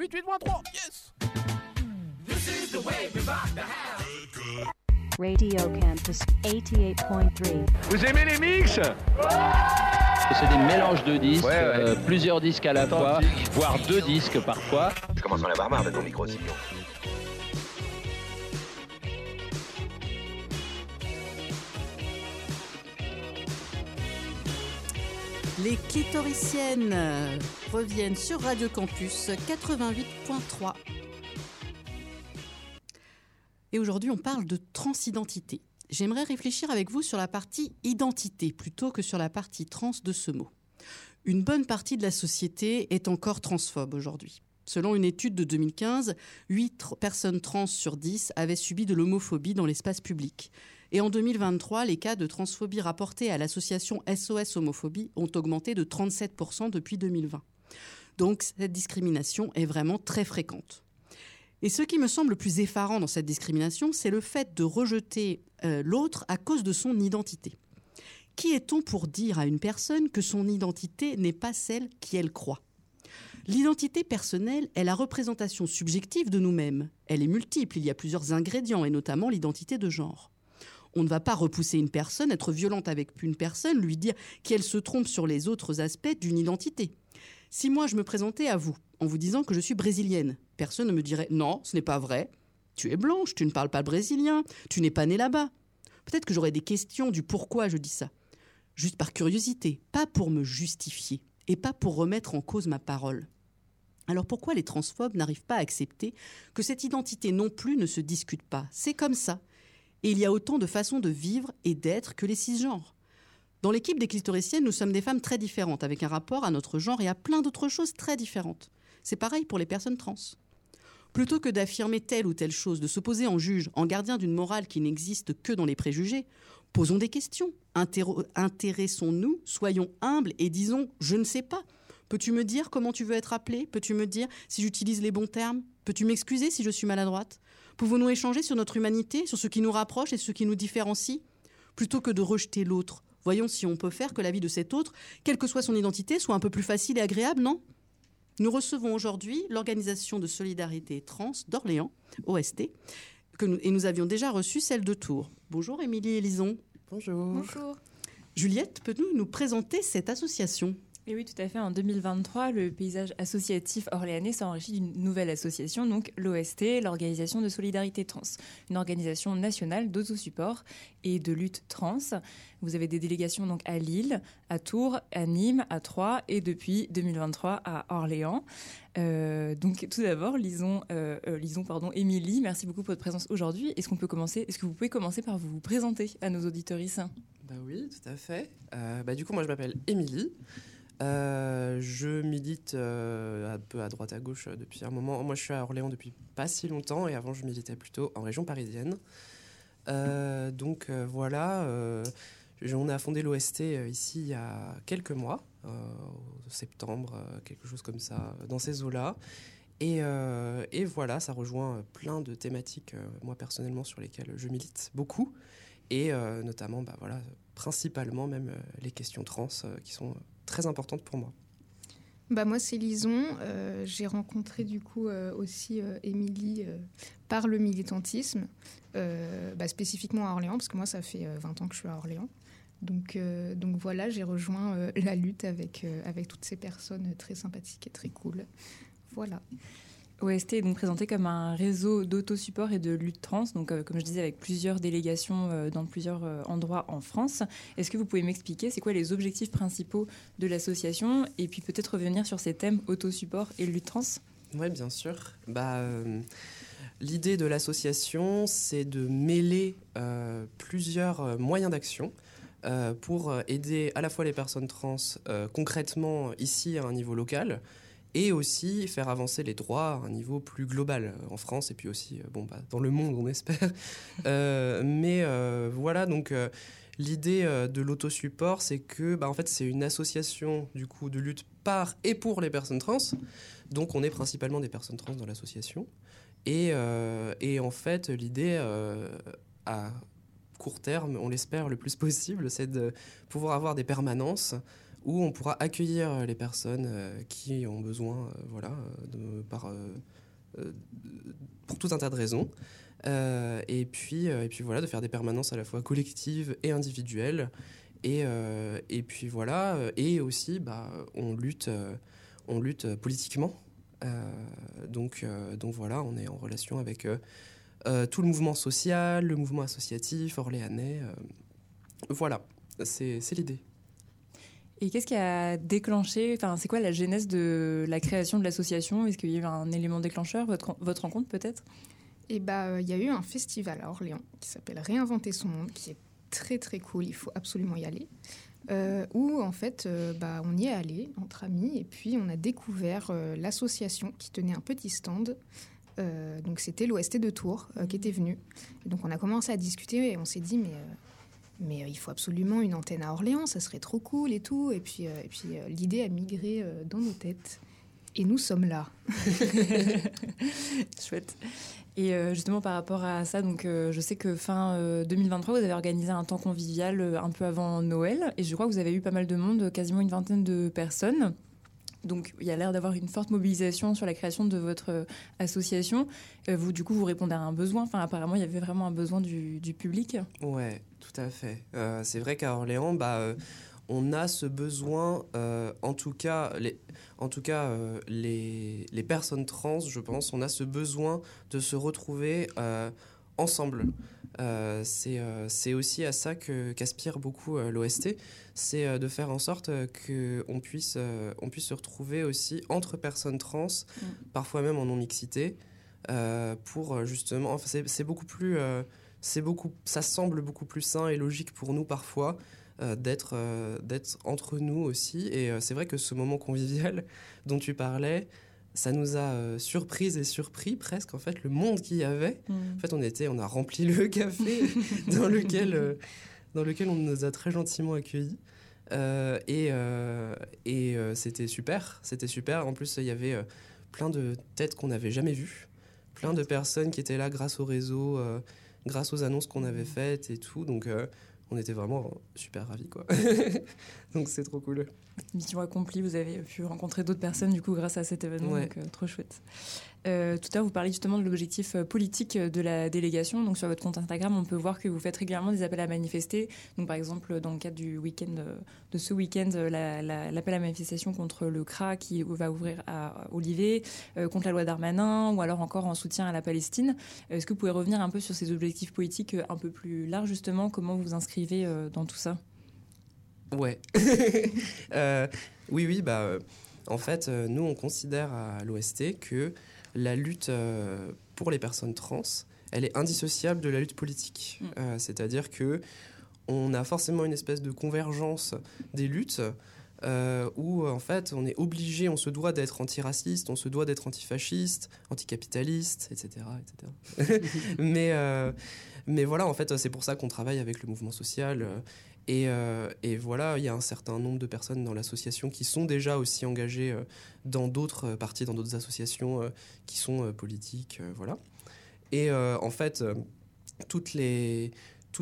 88.3. Yes. Radio Campus 88.3. Vous aimez les mix? C'est des mélanges de disques, plusieurs disques à la fois, voire 2 disques parfois. Je commence à en avoir marre de ton micro, Sillon. Les clitoriciennes reviennent sur Radio Campus 88.3. Et aujourd'hui, on parle de transidentité. J'aimerais réfléchir avec vous sur la partie identité plutôt que sur la partie trans de ce mot. Une bonne partie de la société est encore transphobe aujourd'hui. Selon une étude de 2015, 8 personnes trans sur 10 avaient subi de l'homophobie dans l'espace public. Et en 2023, les cas de transphobie rapportés à l'association SOS Homophobie ont augmenté de 37% depuis 2020. Donc cette discrimination est vraiment très fréquente. Et ce qui me semble le plus effarant dans cette discrimination, c'est le fait de rejeter l'autre à cause de son identité. Qui est-on pour dire à une personne que son identité n'est pas celle qu'elle croit ? L'identité personnelle est la représentation subjective de nous-mêmes. Elle est multiple, il y a plusieurs ingrédients, et notamment l'identité de genre. On ne va pas repousser une personne, être violente avec une personne, lui dire qu'elle se trompe sur les autres aspects d'une identité. Si moi je me présentais à vous en vous disant que je suis brésilienne, personne ne me dirait « Non, ce n'est pas vrai. Tu es blanche, tu ne parles pas brésilien, tu n'es pas née là-bas. » Peut-être que j'aurais des questions du pourquoi je dis ça. Juste par curiosité, pas pour me justifier et pas pour remettre en cause ma parole. Alors pourquoi les transphobes n'arrivent pas à accepter que cette identité non plus ne se discute pas ? C'est comme ça. Et il y a autant de façons de vivre et d'être que les cisgenres. Dans l'équipe des clitoriciennes, nous sommes des femmes très différentes, avec un rapport à notre genre et à plein d'autres choses très différentes. C'est pareil pour les personnes trans. Plutôt que d'affirmer telle ou telle chose, de s'opposer en juge, en gardien d'une morale qui n'existe que dans les préjugés, posons des questions, intéressons-nous, soyons humbles et disons « je ne sais pas ». Peux-tu me dire comment tu veux être appelée ? Peux-tu me dire si j'utilise les bons termes ? Peux-tu m'excuser si je suis maladroite ? Pouvons-nous échanger sur notre humanité, sur ce qui nous rapproche et ce qui nous différencie ? Plutôt que de rejeter l'autre, voyons si on peut faire que la vie de cet autre, quelle que soit son identité, soit un peu plus facile et agréable, non ? Nous recevons aujourd'hui l'Organisation de solidarité trans d'Orléans, OST, et nous avions déjà reçu celle de Tours. Bonjour Émilie et Lison. Bonjour. Bonjour. Juliette, peux-tu nous présenter cette association ? Et oui, tout à fait. En 2023, le paysage associatif orléanais s'enrichit d'une nouvelle association, donc l'OST, l'Organisation de solidarité trans, une organisation nationale d'autosupport et de lutte trans. Vous avez des délégations donc à Lille, à Tours, à Nîmes, à Troyes et depuis 2023 à Orléans. Donc tout d'abord, Émilie, merci beaucoup pour votre présence aujourd'hui. Est-ce que vous pouvez commencer par vous présenter à nos auditorices ? Bah oui, tout à fait. Du coup, moi je m'appelle Émilie. Je milite un peu à droite à gauche depuis un moment. Moi je suis à Orléans depuis pas si longtemps et avant je militais plutôt en région parisienne. Voilà, on a fondé l'OST ici il y a quelques mois, en septembre, quelque chose comme ça, dans ces eaux-là. Et voilà, ça rejoint plein de thématiques, moi personnellement, sur lesquelles je milite beaucoup. Et notamment, principalement même les questions trans qui sont très importantes pour moi. Moi, c'est Lison. J'ai rencontré du coup aussi Émilie par le militantisme, spécifiquement à Orléans, parce que moi, ça fait 20 ans que je suis à Orléans. Donc voilà, j'ai rejoint la lutte avec toutes ces personnes très sympathiques et très cool. Voilà. OST est donc présenté comme un réseau d'autosupport et de lutte trans, donc comme je disais, avec plusieurs délégations dans plusieurs endroits en France. Est-ce que vous pouvez m'expliquer c'est quoi les objectifs principaux de l'association et puis peut-être revenir sur ces thèmes autosupport et lutte trans ? Oui, bien sûr. L'idée de l'association, c'est de mêler plusieurs moyens d'action pour aider à la fois les personnes trans concrètement ici à un niveau local, et aussi faire avancer les droits à un niveau plus global en France et puis aussi dans le monde, on espère. Voilà, donc l'idée de l'autosupport, c'est que en fait, c'est une association du coup de lutte par et pour les personnes trans. Donc on est principalement des personnes trans dans l'association. Et en fait, l'idée à court terme, on l'espère le plus possible, c'est de pouvoir avoir des permanences où on pourra accueillir les personnes qui ont besoin, pour tout un tas de raisons. Et puis voilà, de faire des permanences à la fois collectives et individuelles. Et puis voilà, et aussi on lutte politiquement. Donc voilà, on est en relation avec tout le mouvement social, le mouvement associatif orléanais. Voilà, c'est l'idée. Et qu'est-ce qui a déclenché, c'est quoi la genèse de la création de l'association ? Est-ce qu'il y a eu un élément déclencheur, votre rencontre peut-être ? Et il y a eu un festival à Orléans qui s'appelle Réinventer son monde, qui est très très cool, il faut absolument y aller. Où en fait, on y est allé entre amis et puis on a découvert l'association qui tenait un petit stand. Donc c'était l'OST de Tours qui était venu. Et donc on a commencé à discuter et on s'est dit mais il faut absolument une antenne à Orléans, ça serait trop cool et tout. Et puis l'idée a migré dans nos têtes. Et nous sommes là. Chouette. Et justement par rapport à ça, donc je sais que fin 2023, vous avez organisé un temps convivial un peu avant Noël. Et je crois que vous avez eu pas mal de monde, quasiment une vingtaine de personnes. Donc il y a l'air d'avoir une forte mobilisation sur la création de votre association. Vous, du coup, vous répondez à un besoin. Enfin, apparemment, il y avait vraiment un besoin du public. Ouais, tout à fait. C'est vrai qu'à Orléans, on a ce besoin, en tout cas, les personnes trans, je pense, on a ce besoin de se retrouver ensemble. C'est aussi à ça qu'aspire beaucoup l'OST, c'est de faire en sorte qu'on puisse se retrouver aussi entre personnes trans, parfois même en non-mixité, pour justement... Enfin, c'est beaucoup plus... ça semble beaucoup plus sain et logique pour nous parfois d'être entre nous aussi. Et c'est vrai que ce moment convivial dont tu parlais, ça nous a surprises et surpris presque, en fait, le monde qu'il y avait. En fait, on a rempli le café dans lequel on nous a très gentiment accueillis. Et c'était super. En plus, il y avait plein de têtes qu'on n'avait jamais vues, plein de personnes qui étaient là grâce au réseau, grâce aux annonces qu'on avait faites et tout. Donc, on était vraiment super ravis, quoi. Donc, c'est trop cool. Mission accomplie, vous avez pu rencontrer d'autres personnes du coup grâce à cet événement, ouais. Donc trop chouette. Tout à l'heure, vous parliez justement de l'objectif politique de la délégation. Donc sur votre compte Instagram, on peut voir que vous faites régulièrement des appels à manifester. Donc par exemple, dans le cadre du week-end, de ce week-end, l'appel à manifestation contre le CRA qui va ouvrir à Olivet, contre la loi Darmanin, ou alors encore en soutien à la Palestine. Est-ce que vous pouvez revenir un peu sur ces objectifs politiques un peu plus larges justement ? Comment vous vous inscrivez dans tout ça ? Ouais. Oui, en fait, nous, on considère à l'OST que la lutte pour les personnes trans, elle est indissociable de la lutte politique. C'est-à-dire que on a forcément une espèce de convergence des luttes où, en fait, on est obligé, on se doit d'être antiraciste, on se doit d'être antifasciste, anticapitaliste, etc. Mais voilà, en fait, c'est pour ça qu'on travaille avec le mouvement social. Et voilà, il y a un certain nombre de personnes dans l'association qui sont déjà aussi engagées dans d'autres parties, dans d'autres associations qui sont politiques, voilà. Et en fait, toutes les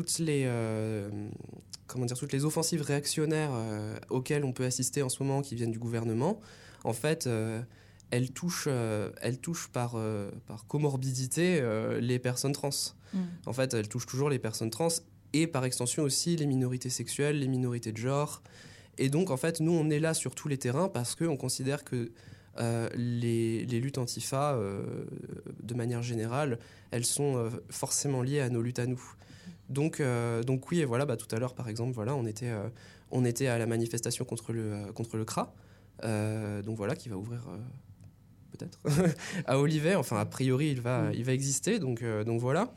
offensives réactionnaires auxquelles on peut assister en ce moment, qui viennent du gouvernement, en fait, elles touchent par comorbidité les personnes trans. En fait, elles touchent toujours les personnes trans et par extension aussi les minorités sexuelles, les minorités de genre. Et donc, en fait, nous, on est là sur tous les terrains parce qu'on considère que les luttes antifa, de manière générale, elles sont forcément liées à nos luttes à nous. Donc oui, et voilà, tout à l'heure, par exemple, voilà, on était à la manifestation contre le CRA, donc voilà, qui va ouvrir peut-être à Olivet. Enfin, a priori, il va exister, donc voilà.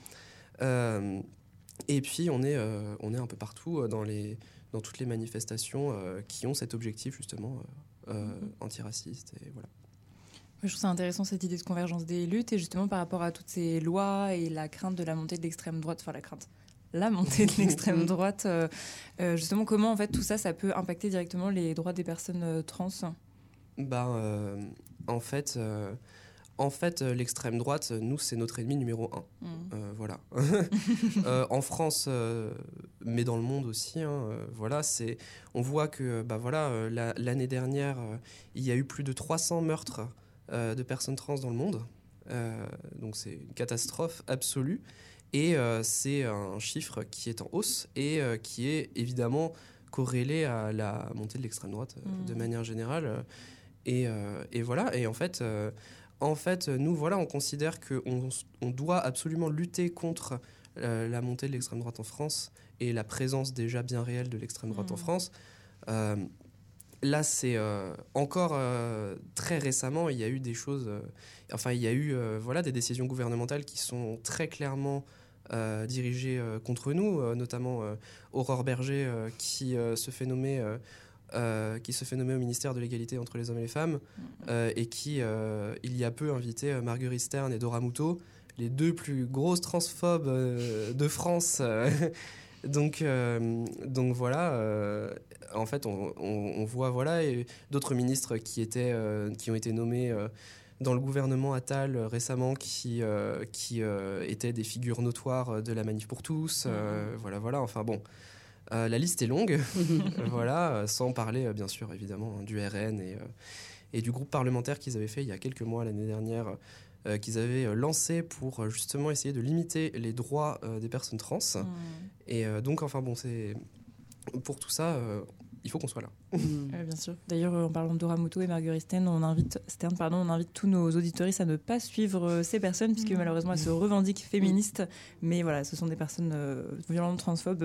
Et puis on est un peu partout dans toutes les manifestations qui ont cet objectif justement antiraciste, et voilà. Je trouve ça intéressant cette idée de convergence des luttes, et justement par rapport à toutes ces lois et la crainte de la montée de l'extrême droite, la montée de l'extrême droite, justement comment en fait tout ça peut impacter directement les droits des personnes trans ? En fait, En fait, l'extrême droite, nous, c'est notre ennemi numéro 1. Voilà. En France, mais dans le monde aussi, voilà, on voit que l'année dernière, il y a eu plus de 300 meurtres de personnes trans dans le monde. Donc c'est une catastrophe absolue. Et c'est un chiffre qui est en hausse et qui est évidemment corrélé à la montée de l'extrême droite de manière générale. Et voilà. Et en fait, nous, voilà, on considère qu'on doit absolument lutter contre la montée de l'extrême droite en France et la présence déjà bien réelle de l'extrême droite en France. Là, c'est encore très récemment, il y a eu des choses... il y a eu des décisions gouvernementales qui sont très clairement dirigées contre nous, notamment Aurore Berger qui se fait nommer au ministère de l'égalité entre les hommes et les femmes et qui, il y a peu, invité Marguerite Stern et Dora Muto, les deux plus grosses transphobes de France. Donc voilà, en fait, on voit et d'autres ministres qui ont été nommés dans le gouvernement Attal récemment qui étaient des figures notoires de la Manif pour tous. Voilà. Enfin bon, la liste est longue. Voilà, sans parler bien sûr évidemment du RN et du groupe parlementaire qu'ils avaient fait il y a quelques mois l'année dernière. Qu'ils avaient lancé pour justement essayer de limiter les droits des personnes trans. Et donc, c'est pour tout ça, il faut qu'on soit là. Bien sûr. D'ailleurs, en parlant de Dora Muto et Marguerite Stern, on invite tous nos auditeuristes à ne pas suivre ces personnes, puisque malheureusement, elles se revendiquent féministes. Mais voilà, ce sont des personnes violemment transphobes,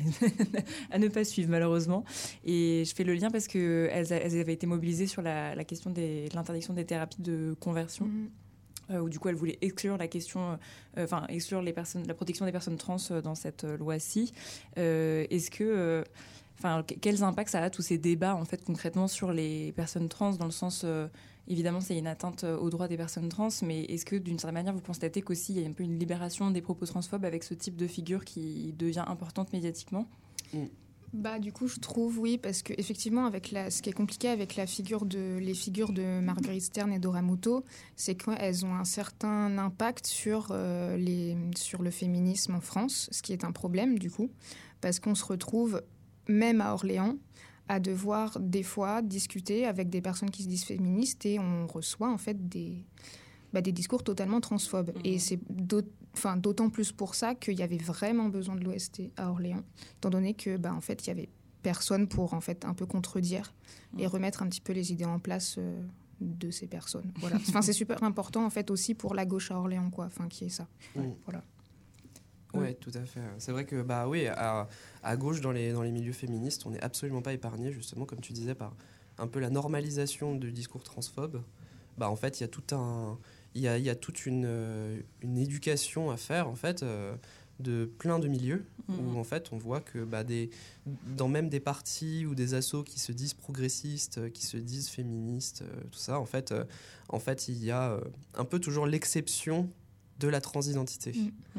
à ne pas suivre, malheureusement. Et je fais le lien parce qu'elles avaient été mobilisées sur la question de l'interdiction des thérapies de conversion. Où du coup elle voulait exclure la protection des personnes trans dans cette loi-ci. Est-ce que, quels impacts ça a tous ces débats en fait concrètement sur les personnes trans dans le sens, évidemment c'est une atteinte aux droits des personnes trans, mais est-ce que d'une certaine manière vous constatez qu'aussi il y a un peu une libération des propos transphobes avec ce type de figure qui devient importante médiatiquement? Du coup, je trouve, oui, parce qu'effectivement, ce qui est compliqué avec les figures de Marguerite Stern et Dora Muto, c'est qu'elles ont un certain impact sur le féminisme en France, ce qui est un problème, du coup, parce qu'on se retrouve, même à Orléans, à devoir, des fois, discuter avec des personnes qui se disent féministes et on reçoit, en fait, des discours totalement transphobes. Et c'est d'autant plus pour ça qu'il y avait vraiment besoin de l'OST à Orléans, étant donné que en fait, il y avait personne pour en fait un peu contredire et remettre un petit peu les idées en place de ces personnes. Voilà. C'est super important en fait aussi pour la gauche à Orléans, quoi. Qui est ça. Voilà. Ouais, tout à fait. C'est vrai que à gauche dans les milieux féministes, on n'est absolument pas épargné, justement, comme tu disais, par un peu la normalisation du discours transphobe. En fait, il y a toute une éducation à faire en fait de plein de milieux où en fait on voit que dans même des partis ou des assos qui se disent progressistes, qui se disent féministes, tout ça en fait il y a un peu toujours l'exception de la transidentité.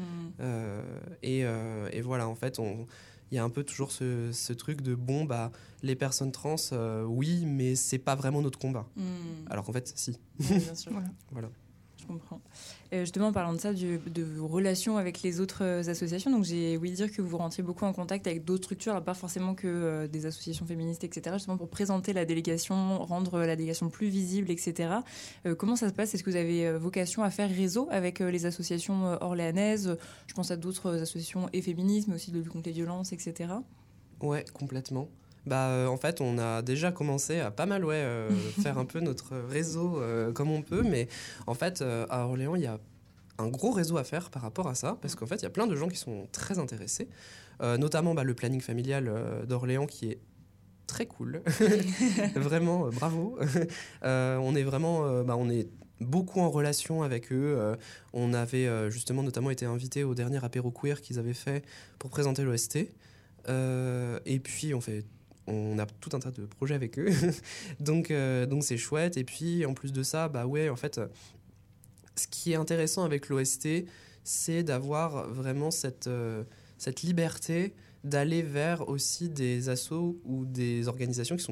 Et voilà, en fait il y a un peu toujours ce truc de les personnes trans, oui, mais c'est pas vraiment notre combat. Alors qu'en fait, si. Oui, bien sûr. Voilà. Je comprends. Justement, en parlant de ça, de vos relations avec les autres associations, donc j'ai ouï dire que vous rentriez beaucoup en contact avec d'autres structures, alors pas forcément que des associations féministes, etc., justement pour présenter la délégation, rendre la délégation plus visible, etc. Comment ça se passe? Est-ce que vous avez vocation à faire réseau avec les associations orléanaises? Je pense à d'autres associations et féministes, mais aussi de lutte contre les violences, etc. Ouais, complètement. En fait, on a déjà commencé à pas mal faire un peu notre réseau comme on peut, mais en fait, à Orléans, il y a un gros réseau à faire par rapport à ça, parce qu'en fait, il y a plein de gens qui sont très intéressés, notamment le planning familial d'Orléans qui est très cool. Vraiment, bravo. On est vraiment... on est beaucoup en relation avec eux. On avait justement notamment été invités au dernier apéro queer qu'ils avaient fait pour présenter l'OST. Et puis, on a tout un tas de projets avec eux. donc c'est chouette. Et puis, en plus de ça, en fait, ce qui est intéressant avec l'OST, c'est d'avoir vraiment cette liberté d'aller vers aussi des assos ou des organisations qui sont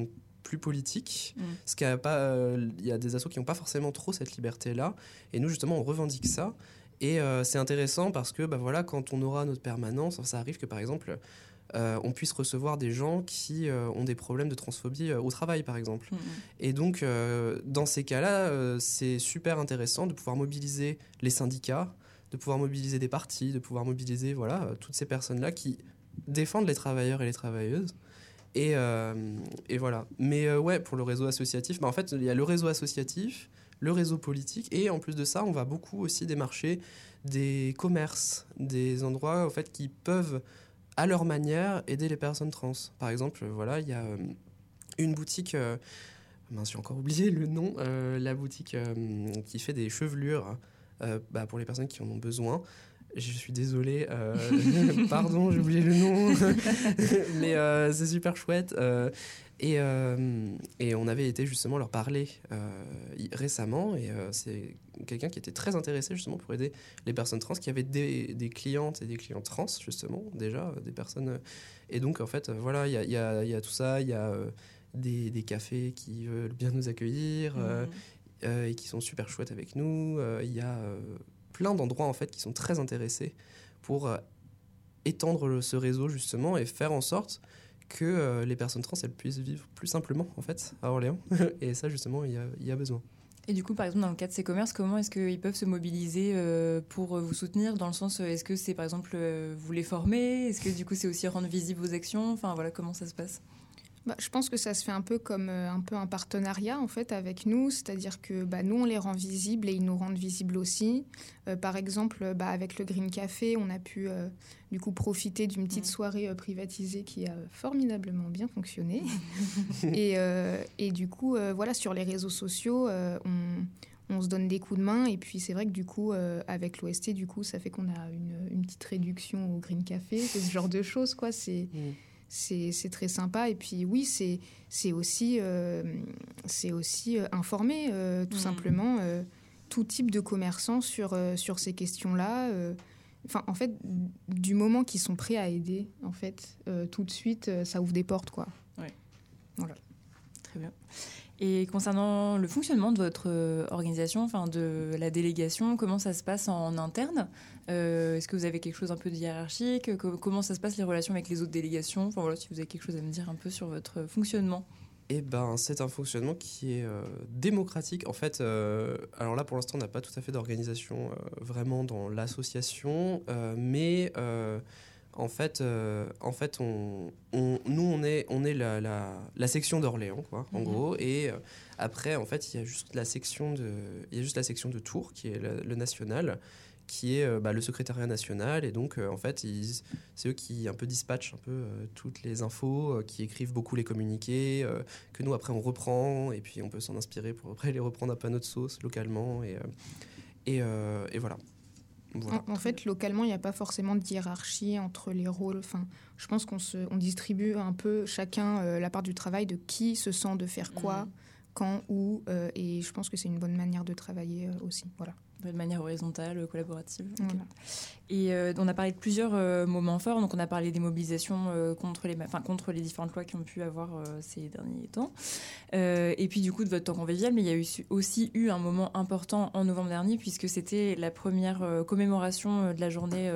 plus politique. Ce qui a pas, il y a des assos qui n'ont pas forcément trop cette liberté-là. Et nous, justement, on revendique ça. Et c'est intéressant parce que voilà, quand on aura notre permanence, ça arrive que, par exemple, on puisse recevoir des gens qui ont des problèmes de transphobie au travail, par exemple. Et donc, dans ces cas-là, c'est super intéressant de pouvoir mobiliser les syndicats, de pouvoir mobiliser des partis, de pouvoir mobiliser toutes ces personnes-là qui défendent les travailleurs et les travailleuses. Et voilà. Mais pour le réseau associatif, en fait, il y a le réseau associatif, le réseau politique, et en plus de ça, on va beaucoup aussi démarcher des commerces, des endroits en fait, qui peuvent, à leur manière, aider les personnes trans. Par exemple, il y a une boutique, j'ai encore oublié le nom, la boutique qui fait des chevelures pour les personnes qui en ont besoin. Je suis désolé, pardon, j'ai oublié le nom, mais c'est super chouette. Et on avait été justement leur parler récemment, et c'est quelqu'un qui était très intéressé justement pour aider les personnes trans, qui avaient des clientes et des clients trans justement, déjà, des personnes... Et donc en fait, il y a tout ça, il y a des cafés qui veulent bien nous accueillir et qui sont super chouettes avec nous, il y a... plein d'endroits en fait qui sont très intéressés pour étendre ce réseau justement et faire en sorte que les personnes trans elles puissent vivre plus simplement en fait à Orléans. Et ça justement il y a besoin. Et du coup, par exemple, dans le cadre de ces commerces, comment est-ce qu'ils peuvent se mobiliser pour vous soutenir, dans le sens, est-ce que c'est par exemple vous les former, est-ce que du coup c'est aussi rendre visibles vos actions, enfin voilà, comment ça se passe? Je pense que ça se fait un peu comme un partenariat en fait avec nous, c'est-à-dire que nous on les rend visibles et ils nous rendent visibles aussi. Par exemple, avec le Green Café, on a pu du coup profiter d'une petite soirée privatisée qui a formidablement bien fonctionné. et du coup, sur les réseaux sociaux, on se donne des coups de main, et puis c'est vrai que du coup, avec l'OST, du coup, ça fait qu'on a une petite réduction au Green Café, c'est ce genre de choses, quoi. C'est très sympa. Et puis oui, c'est aussi informer tout simplement tout type de commerçants sur ces questions-là. En fait, du moment qu'ils sont prêts à aider, en fait, tout de suite, ça ouvre des portes, quoi. Oui. Voilà. Très bien. Et concernant le fonctionnement de votre organisation, de la délégation, comment ça se passe en interne? Est-ce que vous avez quelque chose un peu de hiérarchique? Comment ça se passe, les relations avec les autres délégations? Si vous avez quelque chose à me dire un peu sur votre fonctionnement. C'est un fonctionnement qui est démocratique. En fait, alors là, pour l'instant, on n'a pas tout à fait d'organisation vraiment dans l'association, mais... En fait, nous, on est la section d'Orléans, quoi, en gros. Et après, en fait, il y a juste la section de Tours, qui est le national, qui est le secrétariat national. Et donc, en fait, c'est eux qui un peu dispatchent un peu toutes les infos, qui écrivent beaucoup les communiqués, que nous, après, on reprend. Et puis, on peut s'en inspirer pour après les reprendre un peu à notre sauce, localement. Et voilà. Voilà. En fait, localement, il n'y a pas forcément de hiérarchie entre les rôles. Je pense qu'on distribue un peu chacun la part du travail de qui se sent de faire quoi, quand, où. Et je pense que c'est une bonne manière de travailler aussi. Voilà. De manière horizontale, collaborative. Okay. Voilà. Et on a parlé de plusieurs moments forts. Donc on a parlé des mobilisations contre les différentes lois qui ont pu avoir ces derniers temps. Et puis du coup de votre temps convivial, mais il y a aussi eu un moment important en novembre dernier, puisque c'était la première commémoration de la journée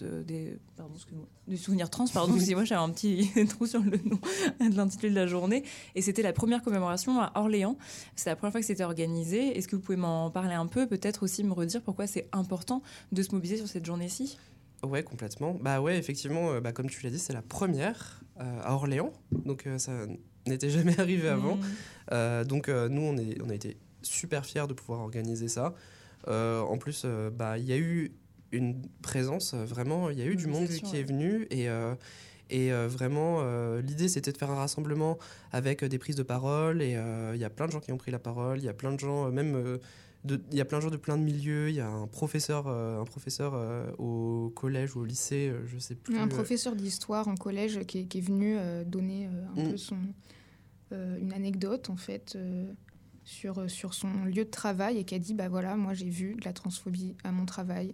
du souvenir trans. Excusez-moi, j'avais un petit trou sur le nom de l'intitulé de la journée. Et c'était la première commémoration à Orléans. C'est la première fois que c'était organisé. Est-ce que vous pouvez m'en parler un peu? Peut-être aussi me redire pourquoi c'est important de se mobiliser sur cette journée-ci? Ouais, complètement. Effectivement, comme tu l'as dit, c'est la première à Orléans. Donc ça n'était jamais arrivé avant. Donc nous, on a été super fiers de pouvoir organiser ça. En plus, il y a eu une présence, vraiment, il y a eu du monde qui est venu. Et vraiment, l'idée, c'était de faire un rassemblement avec des prises de parole. Et il y a plein de gens qui ont pris la parole. Il y a plein de gens, il y a plein de gens de plein de milieux. Il y a un professeur au collège ou au lycée, je sais plus. Un professeur d'histoire en collège qui est venu donner un peu une anecdote, en fait, sur son lieu de travail, et qui a dit moi j'ai vu de la transphobie à mon travail.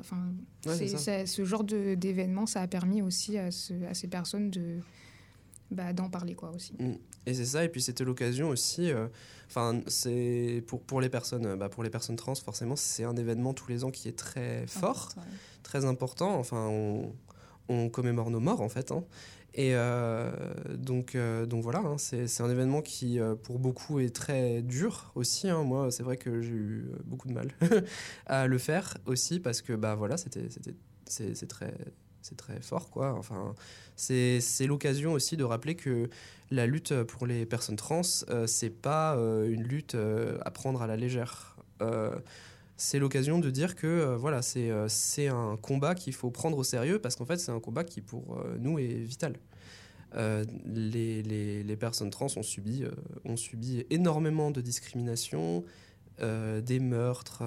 Ce genre d'événement, ça a permis aussi à ces personnes d'en parler quoi aussi. Et c'est ça, et puis c'était l'occasion aussi, c'est pour les personnes trans, forcément, c'est un événement tous les ans qui est très fort, très important. Enfin, on commémore nos morts en fait. Hein. Et donc voilà, hein, c'est un événement qui pour beaucoup est très dur aussi. Hein. Moi, c'est vrai que j'ai eu beaucoup de mal à le faire aussi parce que voilà, c'est très fort quoi. Enfin, c'est l'occasion aussi de rappeler que la lutte pour les personnes trans, c'est pas une lutte à prendre à la légère. C'est l'occasion de dire que voilà, c'est un combat qu'il faut prendre au sérieux parce qu'en fait, c'est un combat qui pour nous est vital. Les personnes trans ont subi énormément de discrimination, des meurtres,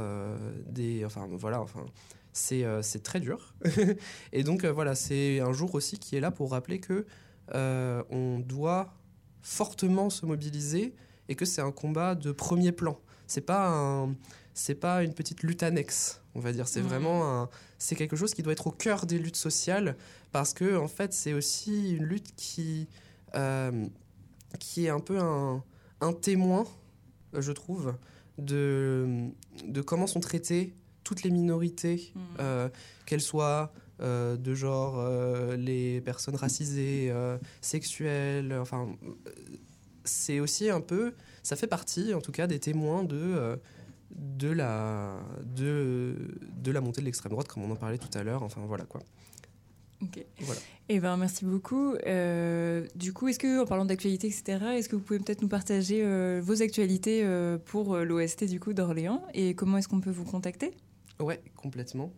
c'est très dur. Et donc voilà, c'est un jour aussi qui est là pour rappeler que on doit fortement se mobiliser et que c'est un combat de premier plan. C'est pas une petite lutte annexe, on va dire. C'est vraiment c'est quelque chose qui doit être au cœur des luttes sociales parce que en fait, c'est aussi une lutte qui est un peu un témoin, je trouve, de comment sont traitées toutes les minorités, qu'elles soient de genre les personnes racisées, sexuelles. Enfin, c'est aussi un peu, ça fait partie, en tout cas, des témoins de la montée de l'extrême droite, comme on en parlait tout à l'heure. Enfin, voilà quoi. Ok. Voilà. Eh ben, merci beaucoup. Du coup, est-ce que, en parlant d'actualité, etc., est-ce que vous pouvez peut-être nous partager vos actualités pour l'OST du coup d'Orléans et comment est-ce qu'on peut vous contacter ? Ouais, complètement.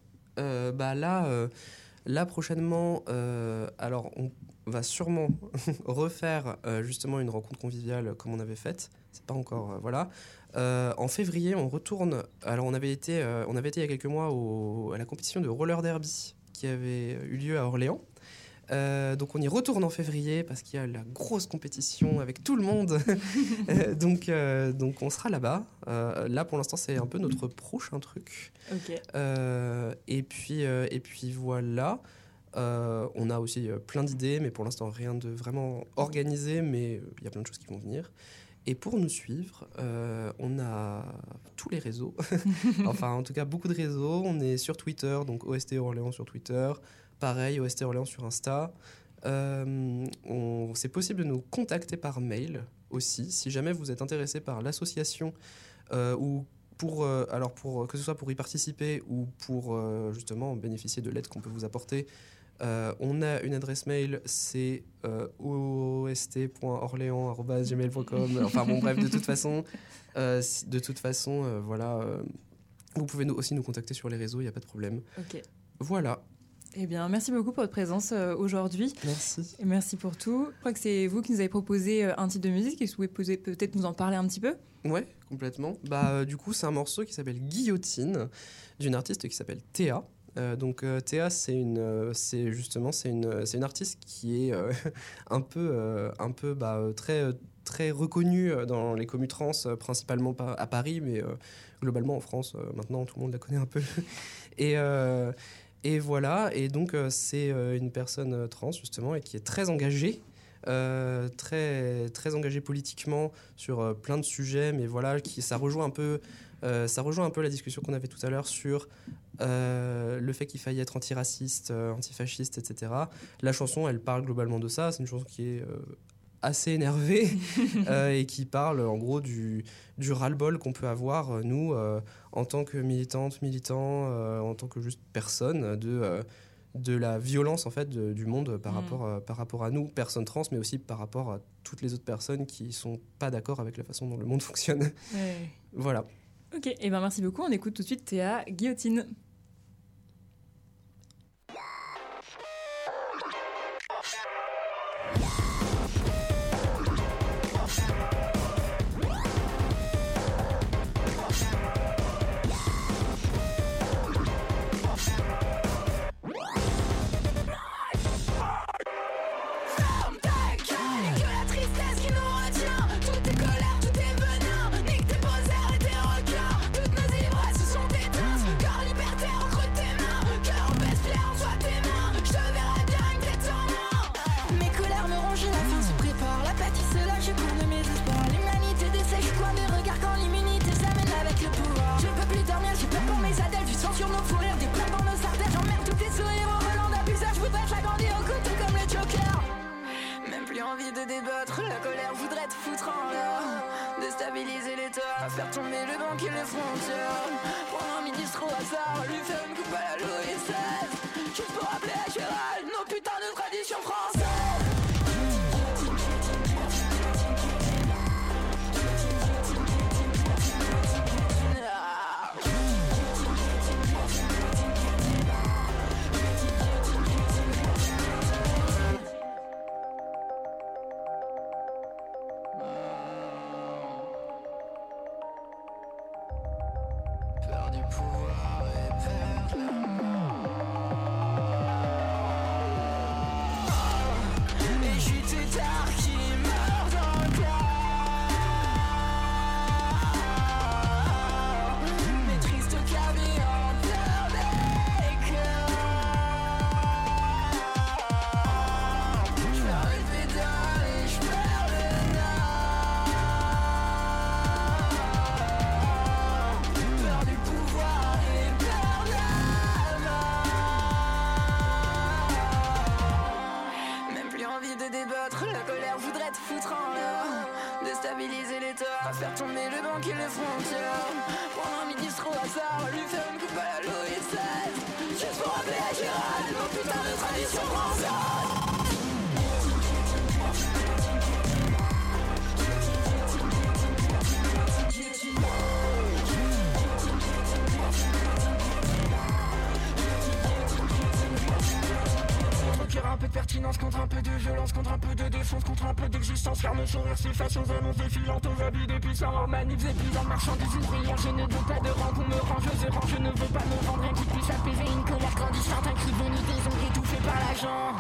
Là prochainement, alors on va sûrement refaire justement une rencontre conviviale comme on avait faite. C'est pas encore voilà. En février, on retourne. Alors on avait été il y a quelques mois à la compétition de roller derby qui avait eu lieu à Orléans. Donc on y retourne en février parce qu'il y a la grosse compétition avec tout le monde. donc on sera là-bas. Là pour l'instant c'est un peu notre prochain truc. Okay. Et puis voilà. On a aussi plein d'idées, mais pour l'instant rien de vraiment organisé, mais il y a plein de choses qui vont venir. Et pour nous suivre, on a tous les réseaux. Enfin, en tout cas, beaucoup de réseaux. On est sur Twitter, donc OST Orléans sur Twitter. Pareil, OST Orléans sur Insta. C'est possible de nous contacter par mail aussi, si jamais vous êtes intéressé par l'association ou pour que ce soit pour y participer ou pour justement bénéficier de l'aide qu'on peut vous apporter. On a une adresse mail, c'est ost.orléans@gmail.com. Enfin bon, bref, de toute façon, voilà. Vous pouvez aussi nous contacter sur les réseaux, il n'y a pas de problème. Ok. Voilà. Eh bien, merci beaucoup pour votre présence aujourd'hui. Merci. Et merci pour tout. Je crois que c'est vous qui nous avez proposé un type de musique. Est-ce que vous pouvez peut-être nous en parler un petit peu ? Ouais, complètement. Du coup, c'est un morceau qui s'appelle Guillotine, d'une artiste qui s'appelle Théa. Donc Théa, c'est une artiste qui est un peu très reconnue dans les communes trans, principalement pas à Paris, mais globalement en France. Maintenant, tout le monde la connaît un peu. Et voilà. Et donc c'est une personne trans justement et qui est très engagée. Très très engagée politiquement sur plein de sujets, mais voilà, ça rejoint un peu la discussion qu'on avait tout à l'heure sur le fait qu'il faille être antiraciste, antifasciste, etc. La chanson, elle parle globalement de ça. C'est une chanson qui est assez énervée et qui parle en gros du ras-le-bol qu'on peut avoir, nous, en tant que militants, en tant que juste personne, de la violence en fait du monde par rapport à nous, personnes trans, mais aussi par rapport à toutes les autres personnes qui sont pas d'accord avec la façon dont le monde fonctionne. Ouais. Voilà. Ok, et ben merci beaucoup. On écoute tout de suite Théa, Guillotine. Liberté le banc et les frontières. Prendre un ministre au hasard, lui faire une coupe à la Louis XVI. Juste pour rappeler à Gérald nos putains de traditions françaises. Peur du pouvoir et perdre la main. Et j'ai tout tard qui meurt dans le corps. Mes tristes cabines en plein des cœurs. Je perds une pédale et je perds le nord. Peur du pouvoir et perdre la main. Même plus envie de débattre, la colère voudrait te foutre en l'air. Déstabiliser l'État, faire tomber le banc et les frontières. Prendre un ministre au hasard, lui faire une coupe à la Louis XVI. Juste pour rappeler à Gérald nos putains de traditions françaises. Un peu de pertinence contre un peu de violence, contre un peu de défense, contre un peu d'existence. Car nos sourires s'effacent aux annonces défilantes, aux habits des puissants, aux manifs épuisants, marchandises ouvrières. Je ne veux pas de rang qu'on me range aux errants. Je ne veux pas me vendre, rien qui puisse apaiser une colère grandissante. Un cri venu des ongles étouffés par l'argent.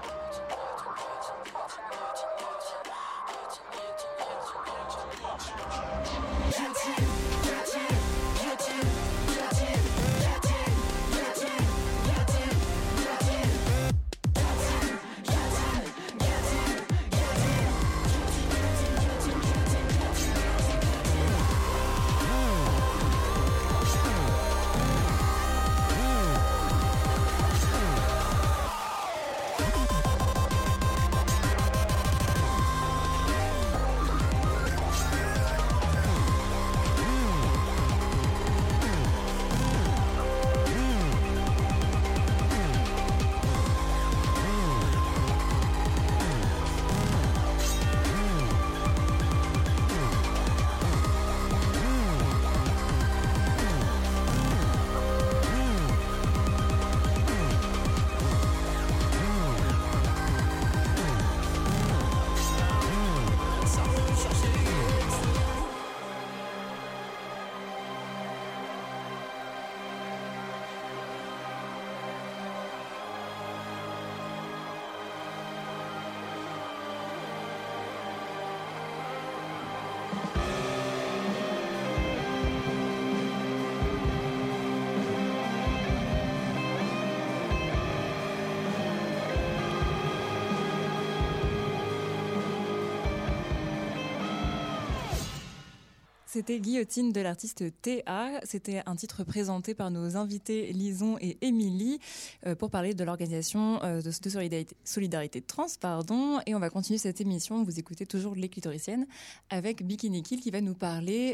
C'était Guillotine de l'artiste Théa. C'était un titre présenté par nos invités Lison et Émilie pour parler de l'organisation de solidarité trans. Et on va continuer cette émission. Vous écoutez toujours Les Clitoriciennes avec Bikini Kill qui va nous parler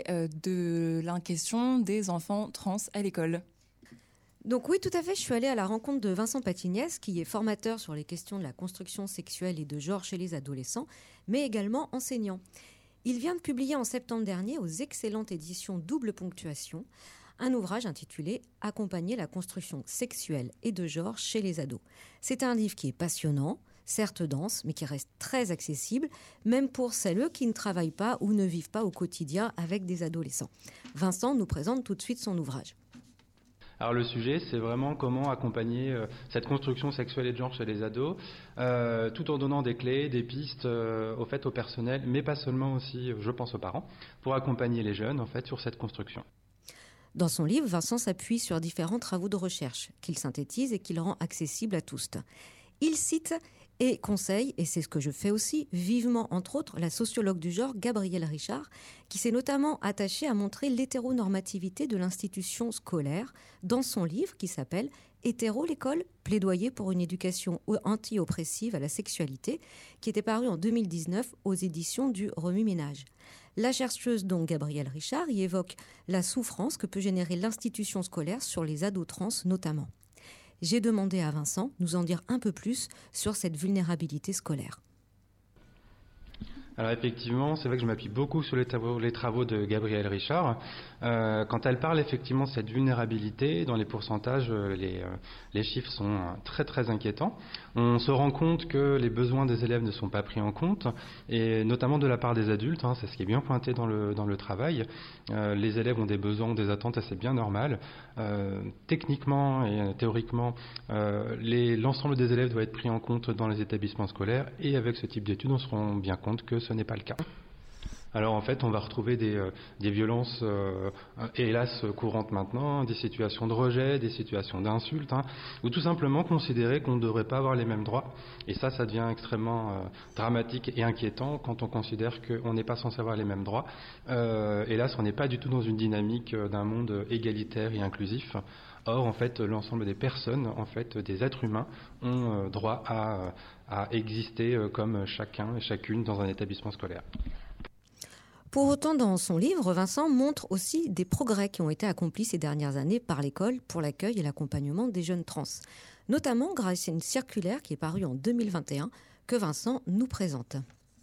de la question des enfants trans à l'école. Donc oui, tout à fait. Je suis allée à la rencontre de Vincent Patignès, qui est formateur sur les questions de la construction sexuelle et de genre chez les adolescents, mais également enseignant. Il vient de publier en septembre dernier aux excellentes éditions Double Ponctuation un ouvrage intitulé « Accompagner la construction sexuelle et de genre chez les ados ». C'est un livre qui est passionnant, certes dense, mais qui reste très accessible, même pour celles qui ne travaillent pas ou ne vivent pas au quotidien avec des adolescents. Vincent nous présente tout de suite son ouvrage. Alors le sujet, c'est vraiment comment accompagner cette construction sexuelle et de genre chez les ados, tout en donnant des clés, des pistes au personnel, mais pas seulement aussi, je pense aux parents, pour accompagner les jeunes en fait sur cette construction. Dans son livre, Vincent s'appuie sur différents travaux de recherche qu'il synthétise et qu'il rend accessibles à tous. Il cite et conseille, et c'est ce que je fais aussi, vivement entre autres, la sociologue du genre Gabrielle Richard, qui s'est notamment attachée à montrer l'hétéronormativité de l'institution scolaire dans son livre qui s'appelle « Hétéro l'école, plaidoyer pour une éducation anti-oppressive à la sexualité », qui était paru en 2019 aux éditions du Remue-Ménage. La chercheuse, donc Gabrielle Richard, y évoque la souffrance que peut générer l'institution scolaire sur les ados trans notamment. J'ai demandé à Vincent de nous en dire un peu plus sur cette vulnérabilité scolaire. Alors effectivement, c'est vrai que je m'appuie beaucoup sur les travaux de Gabrielle Richard. Quand elle parle effectivement de cette vulnérabilité, dans les pourcentages, les chiffres sont très très inquiétants. On se rend compte que les besoins des élèves ne sont pas pris en compte, et notamment de la part des adultes, c'est ce qui est bien pointé dans le travail. Les élèves ont des besoins, ont des attentes, et c'est bien normal. Techniquement et théoriquement, l'ensemble des élèves doit être pris en compte dans les établissements scolaires, et avec ce type d'études, on se rend bien compte que ce n'est pas le cas. Alors en fait, on va retrouver des violences, hélas, courantes maintenant, des situations de rejet, des situations d'insultes, ou tout simplement considérer qu'on ne devrait pas avoir les mêmes droits. Et ça devient extrêmement dramatique et inquiétant quand on considère qu'on n'est pas censé avoir les mêmes droits. Hélas, on n'est pas du tout dans une dynamique d'un monde égalitaire et inclusif. Or, en fait, l'ensemble des personnes, en fait, des êtres humains, ont droit à exister comme chacun et chacune dans un établissement scolaire. Pour autant, dans son livre, Vincent montre aussi des progrès qui ont été accomplis ces dernières années par l'école pour l'accueil et l'accompagnement des jeunes trans, notamment grâce à une circulaire qui est parue en 2021 que Vincent nous présente.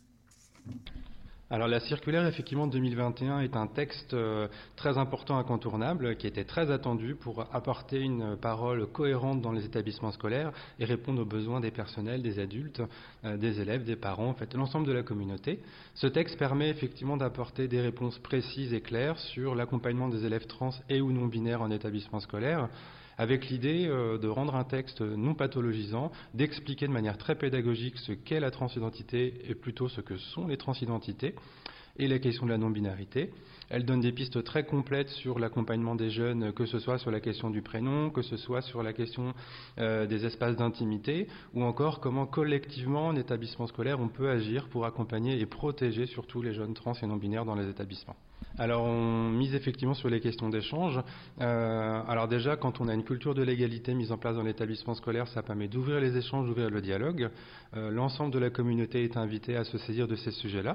Alors la circulaire, effectivement, 2021 est un texte très important, incontournable, qui était très attendu pour apporter une parole cohérente dans les établissements scolaires et répondre aux besoins des personnels, des adultes, des élèves, des parents, en fait, l'ensemble de la communauté. Ce texte permet effectivement d'apporter des réponses précises et claires sur l'accompagnement des élèves trans et ou non binaires en établissement scolaire, avec l'idée de rendre un texte non pathologisant, d'expliquer de manière très pédagogique ce qu'est la transidentité et plutôt ce que sont les transidentités et la question de la non-binarité. Elle donne des pistes très complètes sur l'accompagnement des jeunes, que ce soit sur la question du prénom, que ce soit sur la question des espaces d'intimité, ou encore comment collectivement en établissement scolaire on peut agir pour accompagner et protéger surtout les jeunes trans et non-binaires dans les établissements. Alors on mise effectivement sur les questions d'échange. Alors déjà, quand on a une culture de l'égalité mise en place dans l'établissement scolaire, ça permet d'ouvrir les échanges, d'ouvrir le dialogue. L'ensemble de la communauté est invité à se saisir de ces sujets-là.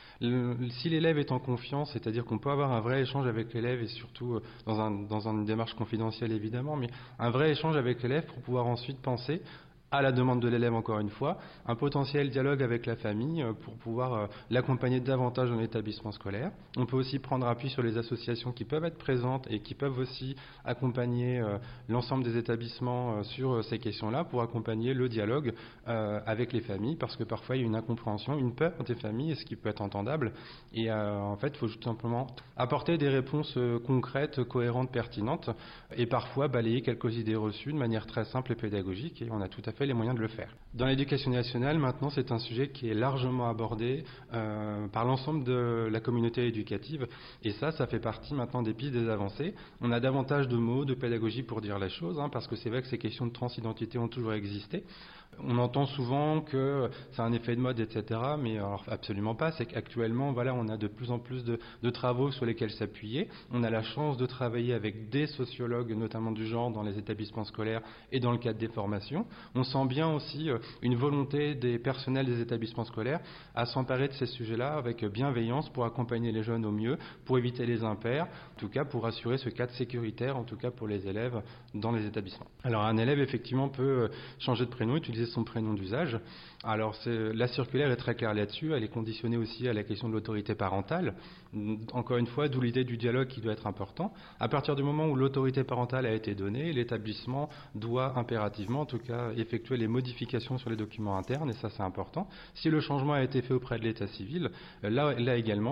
Si l'élève est en confiance, c'est-à-dire qu'on peut avoir un vrai échange avec l'élève et surtout dans une démarche confidentielle évidemment, mais un vrai échange avec l'élève pour pouvoir ensuite penser à la demande de l'élève, encore une fois, un potentiel dialogue avec la famille pour pouvoir l'accompagner davantage dans l'établissement scolaire. On peut aussi prendre appui sur les associations qui peuvent être présentes et qui peuvent aussi accompagner l'ensemble des établissements sur ces questions-là pour accompagner le dialogue avec les familles, parce que parfois il y a une incompréhension, une peur des familles, ce qui peut être entendable. Et en fait, il faut tout simplement apporter des réponses concrètes, cohérentes, pertinentes, et parfois balayer quelques idées reçues de manière très simple et pédagogique, et on a tout à fait les moyens de le faire. Dans l'éducation nationale, maintenant, c'est un sujet qui est largement abordé par l'ensemble de la communauté éducative, et ça fait partie maintenant des pistes des avancées. On a davantage de mots, de pédagogie pour dire les choses, parce que c'est vrai que ces questions de transidentité ont toujours existé. On entend souvent que c'est un effet de mode, etc., mais alors absolument pas. C'est qu'actuellement, voilà, on a de plus en plus de travaux sur lesquels s'appuyer. On a la chance de travailler avec des sociologues, notamment du genre, dans les établissements scolaires et dans le cadre des formations. On sent bien aussi une volonté des personnels des établissements scolaires à s'emparer de ces sujets-là avec bienveillance pour accompagner les jeunes au mieux, pour éviter les impairs, en tout cas pour assurer ce cadre sécuritaire, en tout cas pour les élèves dans les établissements. Alors un élève, effectivement, peut changer de prénom, utiliser son prénom d'usage. Alors la circulaire est très claire là-dessus, elle est conditionnée aussi à la question de l'autorité parentale. Encore une fois, d'où l'idée du dialogue qui doit être important. À partir du moment où l'autorité parentale a été donnée, l'établissement doit impérativement, en tout cas, effectuer les modifications sur les documents internes, et ça c'est important. Si le changement a été fait auprès de l'état civil, là également,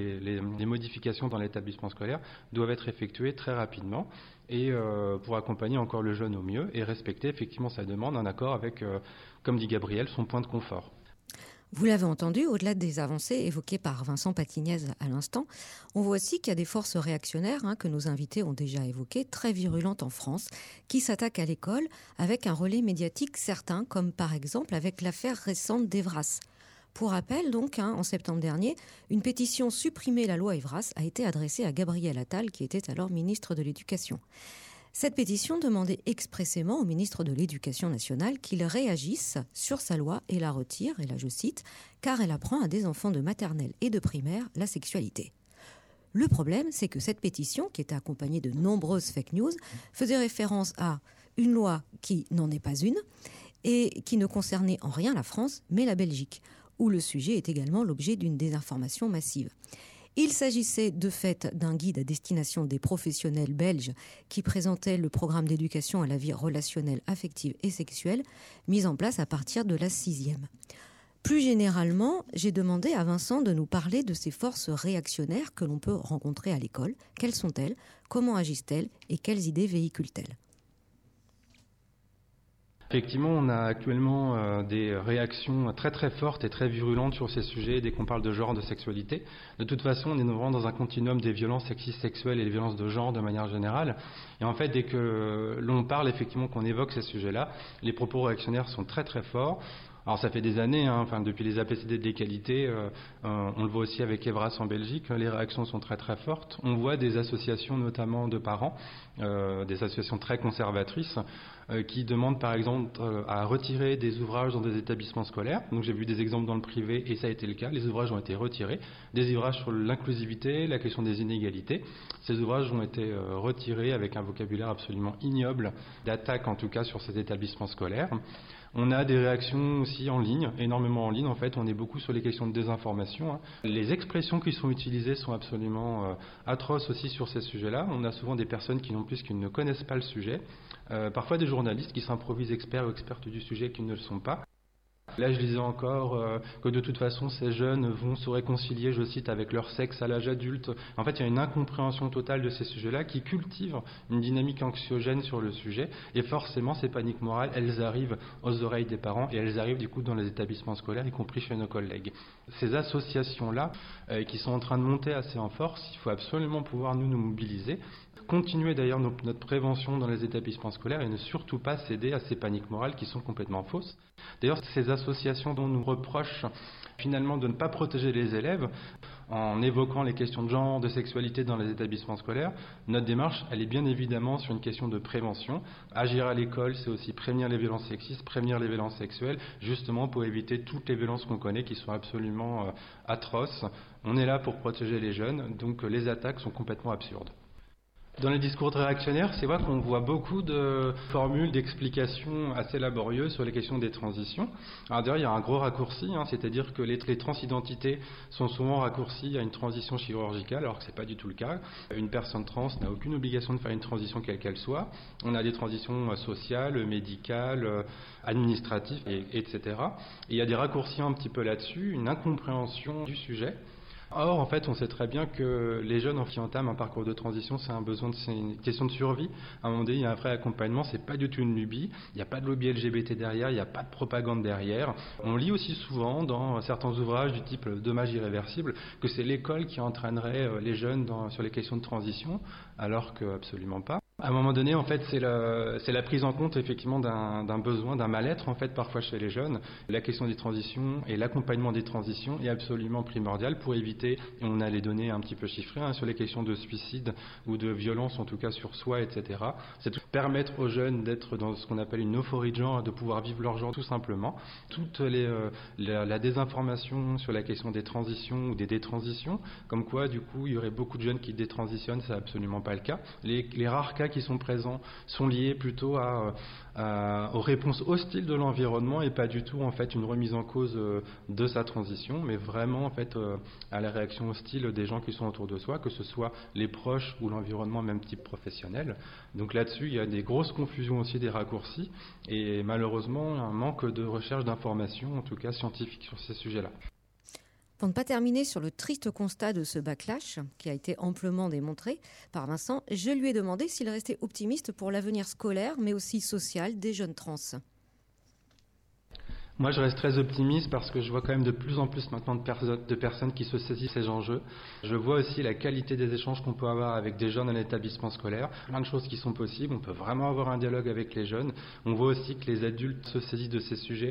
les modifications dans l'établissement scolaire doivent être effectuées très rapidement, et pour accompagner encore le jeune au mieux et respecter effectivement sa demande en accord avec, comme dit Gabrielle, son point de confort. Vous l'avez entendu, au-delà des avancées évoquées par Vincent Patignez à l'instant, on voit aussi qu'il y a des forces réactionnaires que nos invités ont déjà évoquées, très virulentes en France, qui s'attaquent à l'école avec un relais médiatique certain, comme par exemple avec l'affaire récente d'Evras. Pour rappel, donc, en septembre dernier, une pétition Supprimer la loi Evras a été adressée à Gabriel Attal, qui était alors ministre de l'Éducation. Cette pétition demandait expressément au ministre de l'Éducation nationale qu'il réagisse sur sa loi et la retire, et là je cite, « car elle apprend à des enfants de maternelle et de primaire la sexualité ». Le problème, c'est que cette pétition, qui était accompagnée de nombreuses fake news, faisait référence à une loi qui n'en est pas une et qui ne concernait en rien la France, mais la Belgique, où le sujet est également l'objet d'une désinformation massive. Il s'agissait de fait d'un guide à destination des professionnels belges qui présentait le programme d'éducation à la vie relationnelle, affective et sexuelle mis en place à partir de la 6e. Plus généralement, j'ai demandé à Vincent de nous parler de ces forces réactionnaires que l'on peut rencontrer à l'école. Quelles sont-elles ? Comment agissent-elles ? Et quelles idées véhiculent-elles ? Effectivement, on a actuellement des réactions très très fortes et très virulentes sur ces sujets dès qu'on parle de genre, de sexualité. De toute façon, on est vraiment dans un continuum des violences sexistes sexuelles et les violences de genre de manière générale. Et en fait, dès que l'on parle, effectivement, qu'on évoque ces sujets-là, les propos réactionnaires sont très très forts. Alors ça fait des années, depuis les APCD d'égalité, on le voit aussi avec Evras en Belgique, les réactions sont très très fortes. On voit des associations notamment de parents, des associations très conservatrices, qui demandent par exemple à retirer des ouvrages dans des établissements scolaires. Donc j'ai vu des exemples dans le privé et ça a été le cas, les ouvrages ont été retirés. Des ouvrages sur l'inclusivité, la question des inégalités. Ces ouvrages ont été retirés avec un vocabulaire absolument ignoble, d'attaque en tout cas sur ces établissements scolaires. On a des réactions aussi en ligne, énormément en ligne. En fait, on est beaucoup sur les questions de désinformation. Les expressions qui sont utilisées sont absolument atroces aussi sur ces sujets-là. On a souvent des personnes qui ne connaissent pas le sujet. Parfois des journalistes qui s'improvisent experts ou expertes du sujet qui ne le sont pas. Là, je lisais encore que de toute façon, ces jeunes vont se réconcilier, je cite, avec leur sexe à l'âge adulte. En fait, il y a une incompréhension totale de ces sujets-là qui cultive une dynamique anxiogène sur le sujet. Et forcément, ces paniques morales, elles arrivent aux oreilles des parents et elles arrivent du coup dans les établissements scolaires, y compris chez nos collègues. Ces associations-là, qui sont en train de monter assez en force, il faut absolument pouvoir nous mobiliser. Continuer d'ailleurs notre prévention dans les établissements scolaires et ne surtout pas céder à ces paniques morales qui sont complètement fausses. D'ailleurs, ces associations dont nous reprochent finalement de ne pas protéger les élèves en évoquant les questions de genre, de sexualité dans les établissements scolaires, notre démarche, elle est bien évidemment sur une question de prévention. Agir à l'école, c'est aussi prévenir les violences sexistes, prévenir les violences sexuelles, justement pour éviter toutes les violences qu'on connaît qui sont absolument atroces. On est là pour protéger les jeunes, donc les attaques sont complètement absurdes. Dans les discours réactionnaires, c'est vrai qu'on voit beaucoup de formules, d'explications assez laborieuses sur les questions des transitions. Alors d'ailleurs, il y a un gros raccourci, c'est-à-dire que les transidentités sont souvent raccourcies à une transition chirurgicale, alors que ce n'est pas du tout le cas. Une personne trans n'a aucune obligation de faire une transition quelle qu'elle soit. On a des transitions sociales, médicales, administratives, etc. Et il y a des raccourcis un petit peu là-dessus, une incompréhension du sujet. Or, en fait, on sait très bien que les jeunes qui entament un parcours de transition, c'est une question de survie. À un moment donné, il y a un vrai accompagnement, c'est pas du tout une lubie. Il n'y a pas de lobby LGBT derrière, il n'y a pas de propagande derrière. On lit aussi souvent dans certains ouvrages du type Dommages irréversibles que c'est l'école qui entraînerait les jeunes sur les questions de transition, alors que absolument pas. À un moment donné, en fait, c'est la prise en compte effectivement d'un besoin, d'un mal-être en fait parfois chez les jeunes. La question des transitions et l'accompagnement des transitions est absolument primordial pour éviter, et on a les données un petit peu chiffrées sur les questions de suicide ou de violence en tout cas sur soi, etc. C'est permettre aux jeunes d'être dans ce qu'on appelle une euphorie de genre, de pouvoir vivre leur genre tout simplement. Toute la désinformation sur la question des transitions ou des détransitions, comme quoi du coup il y aurait beaucoup de jeunes qui détransitionnent, c'est absolument pas le cas. Les rares cas qui sont présents sont liés plutôt aux réponses hostiles de l'environnement et pas du tout en fait une remise en cause de sa transition, mais vraiment en fait à la réaction hostile des gens qui sont autour de soi, que ce soit les proches ou l'environnement même type professionnel. Donc là-dessus, il y a des grosses confusions aussi, des raccourcis et malheureusement un manque de recherche d'informations, en tout cas scientifiques, sur ces sujets-là. Pour ne pas terminer sur le triste constat de ce backlash, qui a été amplement démontré par Vincent, je lui ai demandé s'il restait optimiste pour l'avenir scolaire, mais aussi social des jeunes trans. Moi, je reste très optimiste parce que je vois quand même de plus en plus maintenant de personnes qui se saisissent ces enjeux. Je vois aussi la qualité des échanges qu'on peut avoir avec des jeunes à l'établissement scolaire. Plein de choses qui sont possibles. On peut vraiment avoir un dialogue avec les jeunes. On voit aussi que les adultes se saisissent de ces sujets